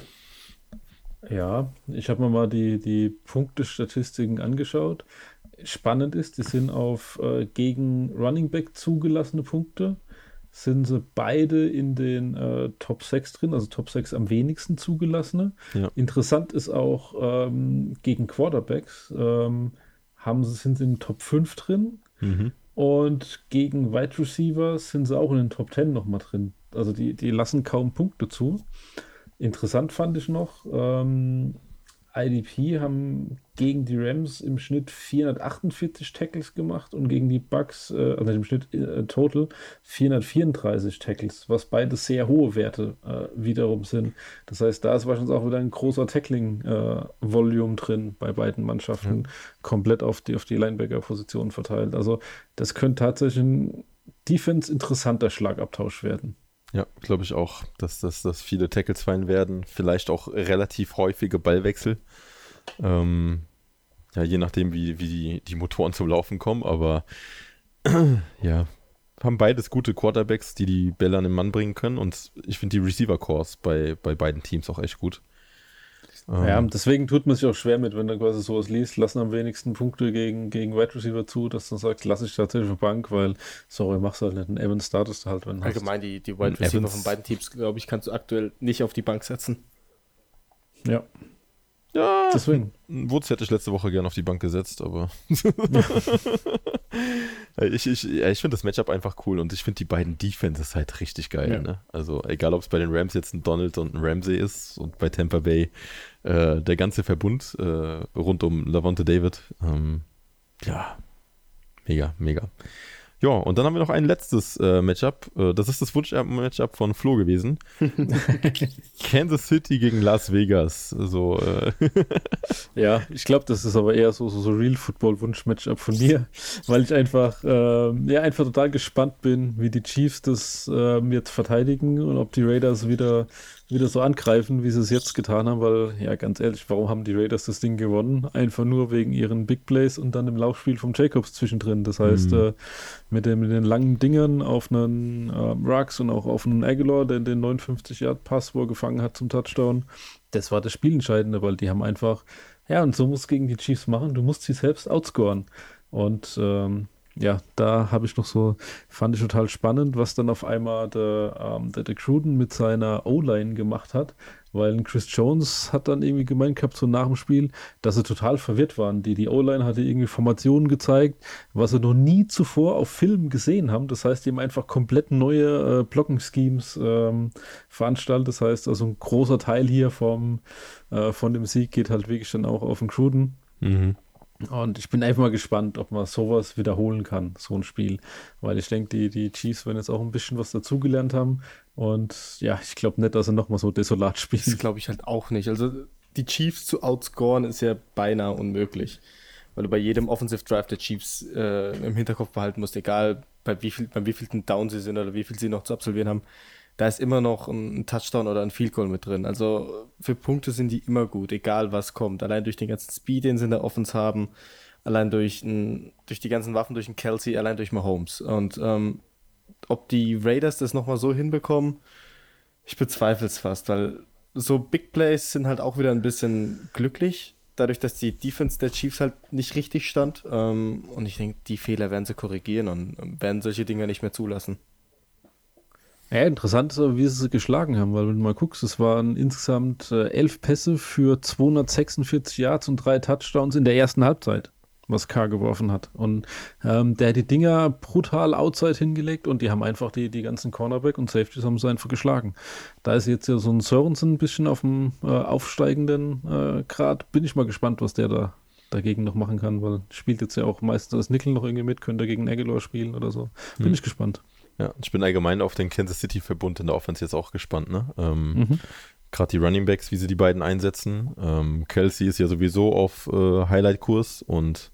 ja, ich habe mir mal die, die Punktestatistiken angeschaut. Spannend ist, die sind auf äh, gegen Running Back zugelassene Punkte, sind sie beide in den äh, Top sechs drin, also Top sechs am wenigsten zugelassene. Ja. Interessant ist auch, ähm, gegen Quarterbacks ähm, haben sie, sind sie in den Top fünf drin mhm. und gegen Wide Receiver sind sie auch in den Top zehn nochmal drin. Also die, die lassen kaum Punkte zu. Interessant fand ich noch, ähm, I D P haben gegen die Rams im Schnitt vierhundertachtundvierzig Tackles gemacht und gegen die Bucks, äh, also im Schnitt äh, total vierhundertvierunddreißig Tackles, was beide sehr hohe Werte äh, wiederum sind. Das heißt, da ist wahrscheinlich auch wieder ein großer Tackling-Volume äh, drin bei beiden Mannschaften, ja. komplett auf die, auf die Linebacker-Position verteilt. Also das könnte tatsächlich ein Defense-interessanter Schlagabtausch werden. Ja, glaube ich auch, dass, dass, dass viele Tackles fallen werden. Vielleicht auch relativ häufige Ballwechsel. Ähm, ja, je nachdem, wie, wie die, die Motoren zum Laufen kommen. Aber ja, haben beides gute Quarterbacks, die die Bälle an den Mann bringen können. Und ich finde die Receiver-Cores bei, bei beiden Teams auch echt gut. Ja, deswegen tut man sich auch schwer mit, wenn du quasi sowas liest, lassen am wenigsten Punkte gegen, gegen Wide Receiver zu, dass du sagst, lass ich tatsächlich auf Bank, weil, sorry, machst du halt nicht einen Evans, startest du halt, wenn du Allgemein, die, die Wide Receiver Evans von beiden Teams, glaube ich, kannst du aktuell nicht auf die Bank setzen. Ja. Ja, deswegen. Woods hätte ich letzte Woche gerne auf die Bank gesetzt, aber ich, ich, ja, ich finde das Matchup einfach cool und ich finde die beiden Defenses halt richtig geil. Ja. Ne? Also egal, ob es bei den Rams jetzt ein Donald und ein Ramsey ist und bei Tampa Bay äh, der ganze Verbund äh, rund um Lavonte David. Ähm, ja, mega, mega. Ja, und dann haben wir noch ein letztes äh, Matchup. Äh, das ist das Wunsch-Matchup von Flo gewesen. Kansas City gegen Las Vegas. So, äh. Ja, ich glaube, das ist aber eher so, so, so Real-Football-Wunsch-Matchup von mir, weil ich einfach, äh, ja, einfach total gespannt bin, wie die Chiefs das äh, jetzt verteidigen und ob die Raiders wieder, wieder so angreifen, wie sie es jetzt getan haben, weil, ja, ganz ehrlich, warum haben die Raiders das Ding gewonnen? Einfach nur wegen ihren Big Plays und dann im Laufspiel vom Jacobs zwischendrin. Das heißt, mhm. äh, mit, dem, mit den langen Dingern auf einen äh, Ruggs und auch auf einen Aguilar, der den neunundfünfzig-Yard-Pass, wo er gefangen hat zum Touchdown, das war das Spielentscheidende, weil die haben einfach, ja, und so musst du gegen die Chiefs machen, du musst sie selbst outscoren. Und ähm, ja, da habe ich noch so, fand ich total spannend, was dann auf einmal der, ähm, der, der Gruden mit seiner O-Line gemacht hat, weil Chris Jones hat dann irgendwie gemeint gehabt, so nach dem Spiel, dass sie total verwirrt waren. Die, die O-Line hatte irgendwie Formationen gezeigt, was sie noch nie zuvor auf Film gesehen haben. Das heißt, die haben einfach komplett neue äh, Blocking-Schemes ähm, veranstaltet. Das heißt, also ein großer Teil hier vom, äh, von dem Sieg geht halt wirklich dann auch auf den Gruden. Mhm. Und ich bin einfach mal gespannt, ob man sowas wiederholen kann, so ein Spiel. Weil ich denke, die, die Chiefs werden jetzt auch ein bisschen was dazugelernt haben. Und ja, ich glaube nicht, dass sie nochmal so desolat spielen. Das glaube ich halt auch nicht. Also die Chiefs zu outscoren ist ja beinahe unmöglich. Weil du bei jedem Offensive Drive der Chiefs äh, im Hinterkopf behalten musst, egal bei wie viel, beim wievielten Down sie sind oder wie viel sie noch zu absolvieren haben. Da ist immer noch ein Touchdown oder ein Field Goal mit drin. Also für Punkte sind die immer gut, egal was kommt. Allein durch den ganzen Speed, den sie in der Offense haben, allein durch, ein, durch die ganzen Waffen, durch einen Kelsey, allein durch Mahomes. Und ähm, ob die Raiders das nochmal so hinbekommen, ich bezweifle es fast, weil so Big Plays sind halt auch wieder ein bisschen glücklich, dadurch, dass die Defense der Chiefs halt nicht richtig stand. Ähm, und ich denke, die Fehler werden sie korrigieren und werden solche Dinge nicht mehr zulassen. Ja, interessant ist aber, wie sie sie geschlagen haben, weil wenn du mal guckst, es waren insgesamt äh, elf Pässe für zweihundertsechsundvierzig Yards und drei Touchdowns in der ersten Halbzeit, was Carr geworfen hat. Und ähm, der hat die Dinger brutal outside hingelegt und die haben einfach die, die ganzen Cornerback und Safeties haben sie einfach geschlagen. Da ist jetzt ja so ein Sorensen ein bisschen auf dem äh, aufsteigenden äh, Grad. Bin ich mal gespannt, was der da dagegen noch machen kann, weil spielt jetzt ja auch meistens das Nickel noch irgendwie mit, könnte er gegen Aguilar spielen oder so. Bin hm. ich gespannt. Ja, ich bin allgemein auf den Kansas City-Verbund in der Offense jetzt auch gespannt, ne? Ähm, Mhm. Gerade die Running Backs, wie sie die beiden einsetzen. Ähm, Kelsey ist ja sowieso auf äh, Highlight-Kurs und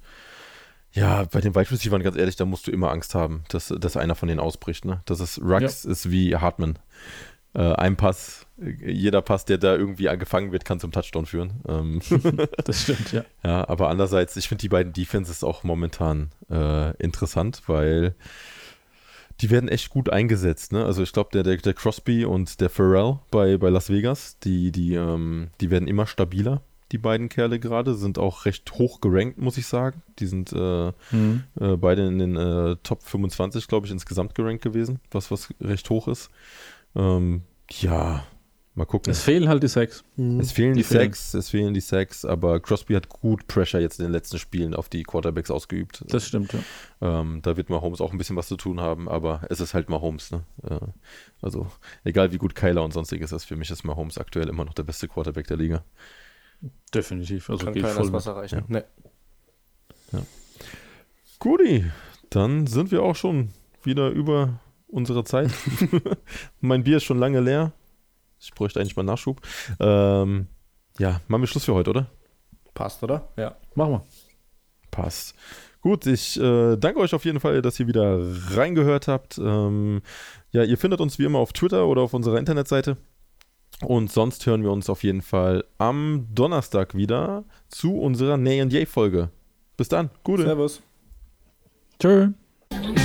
ja, bei den Wide Receivers, ganz ehrlich, da musst du immer Angst haben, dass, dass einer von denen ausbricht, ne? Das ist, Ruggs ist wie Hartman. Äh, ein Pass, jeder Pass, der da irgendwie gefangen wird, kann zum Touchdown führen. Ähm, Das stimmt, ja. ja, aber andererseits, ich finde die beiden Defenses auch momentan äh, interessant, weil die werden echt gut eingesetzt, ne? Also ich glaube, der, der, der Crosby und der Farrell bei, bei Las Vegas, die, die, ähm, die werden immer stabiler, die beiden Kerle gerade, sind auch recht hoch gerankt, muss ich sagen. Die sind äh, Mhm. äh, beide in den äh, Top fünfundzwanzig, glaube ich, insgesamt gerankt gewesen, was, was recht hoch ist. Ähm, ja, mal gucken. Es fehlen halt die Sacks. Es fehlen die, Die fehlen. Sacks, es fehlen die Sacks, aber Crosby hat gut Pressure jetzt in den letzten Spielen auf die Quarterbacks ausgeübt. Das stimmt, ja. Ähm, da wird Mahomes auch ein bisschen was zu tun haben, aber es ist halt Mahomes, ne? Äh, also, egal wie gut Kyler und sonstiges ist, für mich ist Mahomes aktuell immer noch der beste Quarterback der Liga. Definitiv. Also Kann gehe ich keiner voll das mit. Wasser reichen. Ja. Nee. Guti, dann sind wir auch schon wieder über unsere Zeit. Mein Bier ist schon lange leer. Ich bräuchte eigentlich mal Nachschub. Ähm, ja, machen wir Schluss für heute, oder? Passt, oder? Ja. Machen wir. Passt. Gut, ich äh, danke euch auf jeden Fall, dass ihr wieder reingehört habt. Ähm, ja, ihr findet uns wie immer auf Twitter oder auf unserer Internetseite. Und sonst hören wir uns auf jeden Fall am Donnerstag wieder zu unserer Nay and Yay Folge. Bis dann. Gute. Servus. Tschö. Bye.